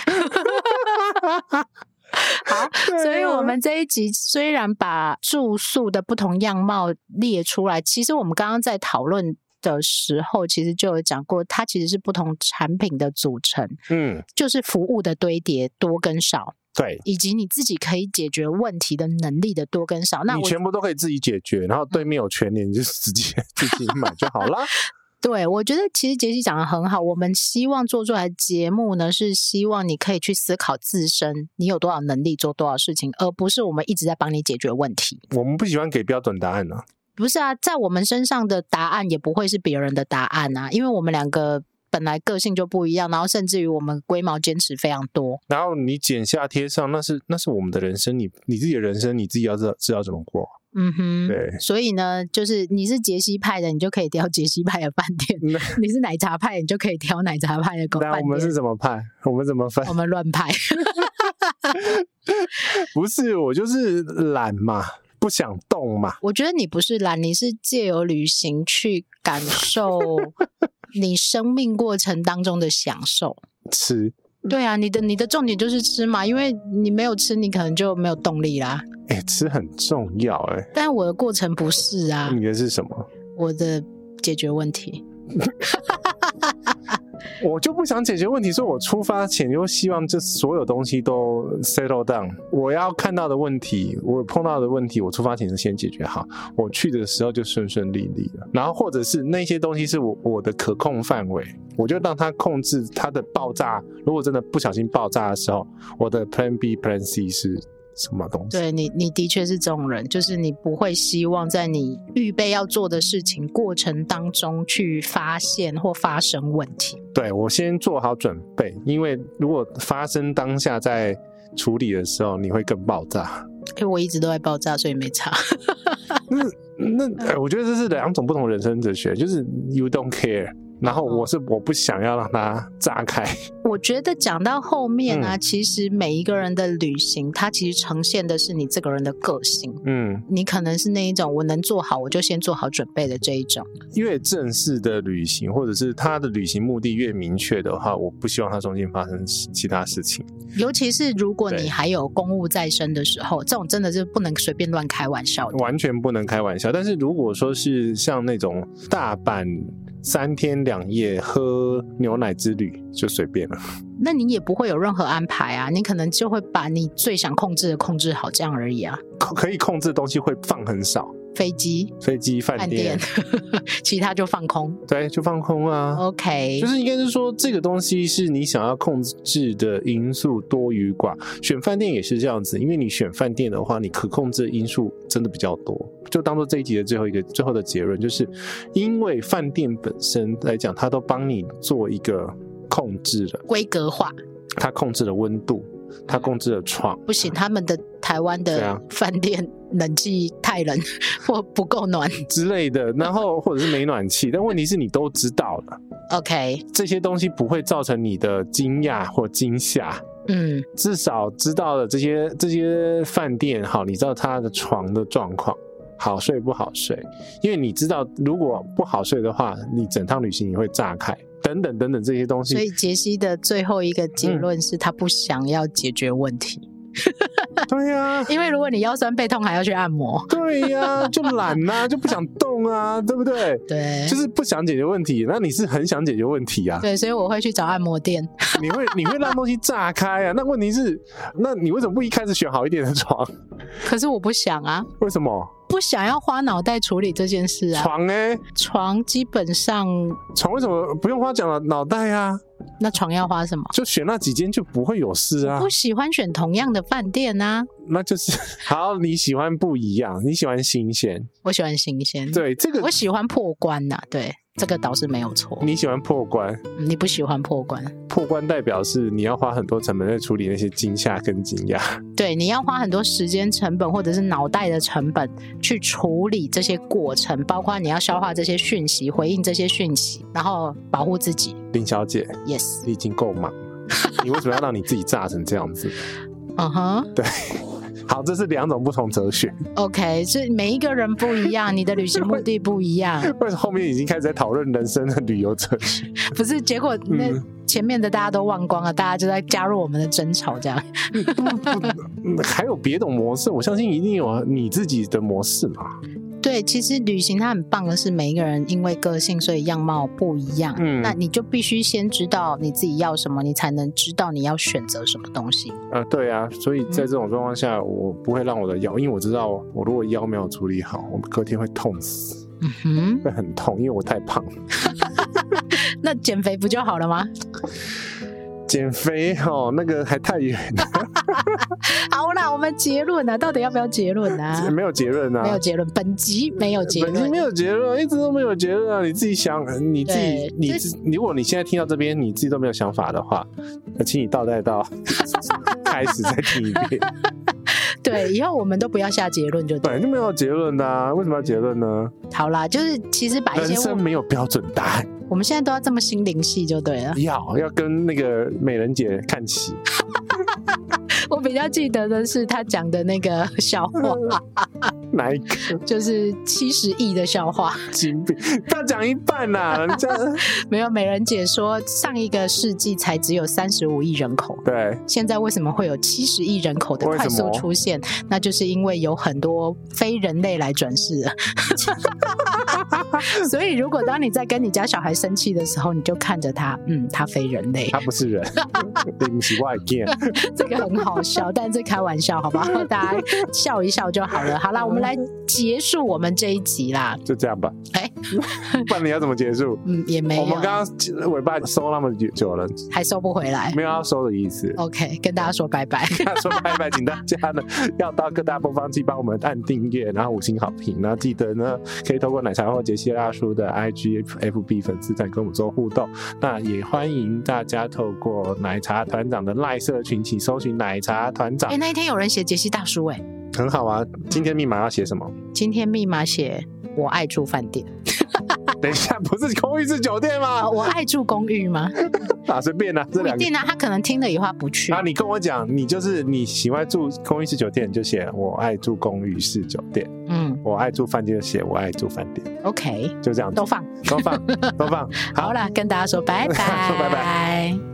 好，所以我们这一集虽然把住宿的不同样貌列出来，其实我们刚刚在讨论的时候其实就有讲过，它其实是不同产品的组成，嗯，就是服务的堆叠多跟少， 对， 以及你自己可以解决问题的能力的多跟少，那你全部都可以自己解决，然后对面有全年你就直接自己买就好啦。 对，我觉得其实杰西讲得很好，我们希望做出来的节目呢，是希望你可以去思考自身你有多少能力做多少事情，而不是我们一直在帮你解决问题。 我们不喜欢给标准答案啊。 不是啊，在我们身上的答案也不会是别人的答案啊，因为我们两个本来个性就不一样，然后甚至于我们龟毛坚持非常多， 然后你剪下贴上，那是那是我们的人生，你你自己的人生你自己要知道知道怎么过。 嗯哼， 对， 所以呢，就是你是杰西派的，你就可以挑杰西派的饭店；你是奶茶派，你就可以挑奶茶派的饭店。 那我们是怎么派？我们怎么分？ 我们乱派。 不是，我就是懒嘛，不想动嘛。 我觉得你不是懒，你是借由旅行去感受你生命过程当中的享受。 吃。 对啊，你的你的重点就是吃嘛，因为你没有吃，你可能就没有动力啦。 哎、欸，吃很重要哎、欸。 但我的过程不是啊。 你的是什么？ 我的解决问题。 我就不想解决问题，所以我出发前就希望这所有东西都 settle down。我要看到的问题，我碰到的问题，我出发前是先解决好，我去的时候就顺顺利利了。然后或者是那些东西是我我的可控范围，我就让它控制它的爆炸。如果真的不小心爆炸的时候，我的 Plan B、Plan C 是什么东西？ 对，你你的确是这种人，就是你不会希望在你预备要做的事情过程当中去发现或发生问题。 对，我先做好准备，因为如果发生当下在处理的时候，你会更爆炸。 因为我一直都在爆炸，所以没差。 那那我觉得这是两种不同人生哲学，就是 you don't care。然后我是我不想要让它炸开。 我觉得讲到后面啊、嗯、其实每一个人的旅行它其实呈现的是你这个人的个性。嗯，你可能是那一种我能做好我就先做好准备的这一种。 越正式的旅行或者是他的旅行目的越明确的话，我不希望他中间发生其他事情。 尤其是如果你还有公务在身的时候，这种真的是不能随便乱开玩笑的， 完全不能开玩笑。但是如果说是像那种大阪三天两夜喝牛奶之旅就随便了， 那你也不会有任何安排啊，你可能就会把你最想控制的控制好，这样而已啊。 可以控制的东西会放很少， 飞机、 飞机、饭店， 其他就放空。 对，就放空啊。 OK， 就是应该是说，这个东西是你想要控制的因素多与寡。选饭店也是这样子，因为你选饭店的话，你可控制的因素真的比较多。就当做这一集的最后一个最后的结论，就是因为饭店本身来讲，它都帮你做一个控制了规格化， 它控制了温度。他控制了床， 不行，他们的台湾的饭店冷气太冷或不够暖之类的，然后或者是没暖气，但问题是你都知道了 ，OK， 这些东西不会造成你的惊讶或惊吓，嗯，至少知道了这些这些饭店，好，你知道他的床的状况。好睡不好睡，因为你知道如果不好睡的话，你整趟旅行你会炸开等等等等这些东西。 所以杰西的最后一个结论是他不想要解决问题。 对呀、啊， 因为如果你腰酸背痛还要去按摩， 对呀、啊，就懒啊，就不想动啊，对不对？ 对， 就是不想解决问题。那你是很想解决问题啊？ 对，所以我会去找按摩店。 你会你会让东西炸开啊？那问题是，那你为什么不一开始选好一点的床？ 可是我不想啊。 为什么？ 不想要花脑袋处理这件事啊。 床呢？ 床基本上， 床为什么不用花讲脑袋啊？ 那床要花什么？ 就选那几间就不会有事啊。 我不喜欢选同样的饭店啊。 那就是好，你喜欢不一样，你喜欢新鲜。 我喜欢新鲜。 对，这个我喜欢破关呐、啊。对，这个倒是没有错。 你喜欢破关， 你不喜欢破关。 破关代表是你要花很多成本在处理那些惊吓跟惊讶。 对，你要花很多时间成本或者是脑袋的成本去处理这些过程，包括你要消化这些讯息，回应这些讯息，然后保护自己。 林小姐 ，Yes， 你已经够忙了，你为什么要让你自己炸成这样子？ 嗯哼， 对。好，这是两种不同哲学。 OK， 是每一个人不一样，你的旅行目的不一样。 为什么后面已经开始在讨论人生的旅游哲学？ 不是，结果那前面的大家都忘光了，大家就在加入我们的争吵，这样。 还有别种模式，我相信一定有你自己的模式嘛。 对，其实旅行它很棒的是，每一个人因为个性，所以样貌不一样。嗯，那你就必须先知道你自己要什么，你才能知道你要选择什么东西。 啊，对啊，所以在这种状况下，嗯、我不会让我的腰，因为我知道我如果腰没有处理好，我隔天会痛死。嗯哼，会很痛，因为我太胖。 那减肥不就好了吗？减肥哦，那个还太远了。 好啦，我们们结论啊？到底要不要结论啊？ 没有结论啊， 没有结论，本集没有结论， 本集没有结论，一直都没有结论啊！你自己想，你自己，你自如果你现在听到这边，你自己都没有想法的话，那请你倒带到开始再听一遍。 对，以后我们都不要下结论就对了， 本来就没有结论的啊，为什么要结论呢？ 好啦，就是其实把一些人生没有标准答案， 我们现在都要这么心灵系就对了。 要要跟那个美人姐看齐。 我比较记得的是他讲的那个笑话， 哪一个？ 就是七十亿的笑话。 金币，不要讲一半啦、啊！ 没有，美人姐说上一个世纪才只有三十五亿人口， 对， 现在为什么会有七十亿人口的快速出现？那就是因为有很多非人类来转世了。所以，如果当你在跟你家小孩生气的时候，你就看着他，嗯，他非人类， 他不是人，你不是外见。 这个很好笑，但这开玩笑，好不好？大家笑一笑就好了。好啦，我们来结束我们这一集啦。 就这样吧。哎、欸，不然你要怎么结束？ 嗯，也没有。 我们刚刚尾巴收那么久了， 还收不回来， 没有要收的意思。 OK， 跟大家说拜拜。 跟大家说拜拜，请大家呢要到各大播放器帮我们按订阅，然后五星好评，然后记得呢可以透过奶茶或杰西大叔的 I G、F B 粉丝团跟我们做互动。那也欢迎大家透过奶茶团长的赖社群，请搜寻奶茶团长。 哎、欸，那一天有人写杰西大叔、欸，哎， 很好啊。今天密码要写什么？ 今天密码写我爱住饭店。 等一下，不是公寓是酒店吗？ 我爱住公寓吗？ 啊，随便啊，这两个不一定啊，他可能听了以后不去啊。你跟我讲，你就是你喜欢住公寓式酒店，就写我爱住公寓式酒店。嗯，我爱住饭店，就写我爱住饭店。 OK， 就这样子， 都放， 都放，都放。 好, 好啦，跟大家说拜拜， 说拜拜。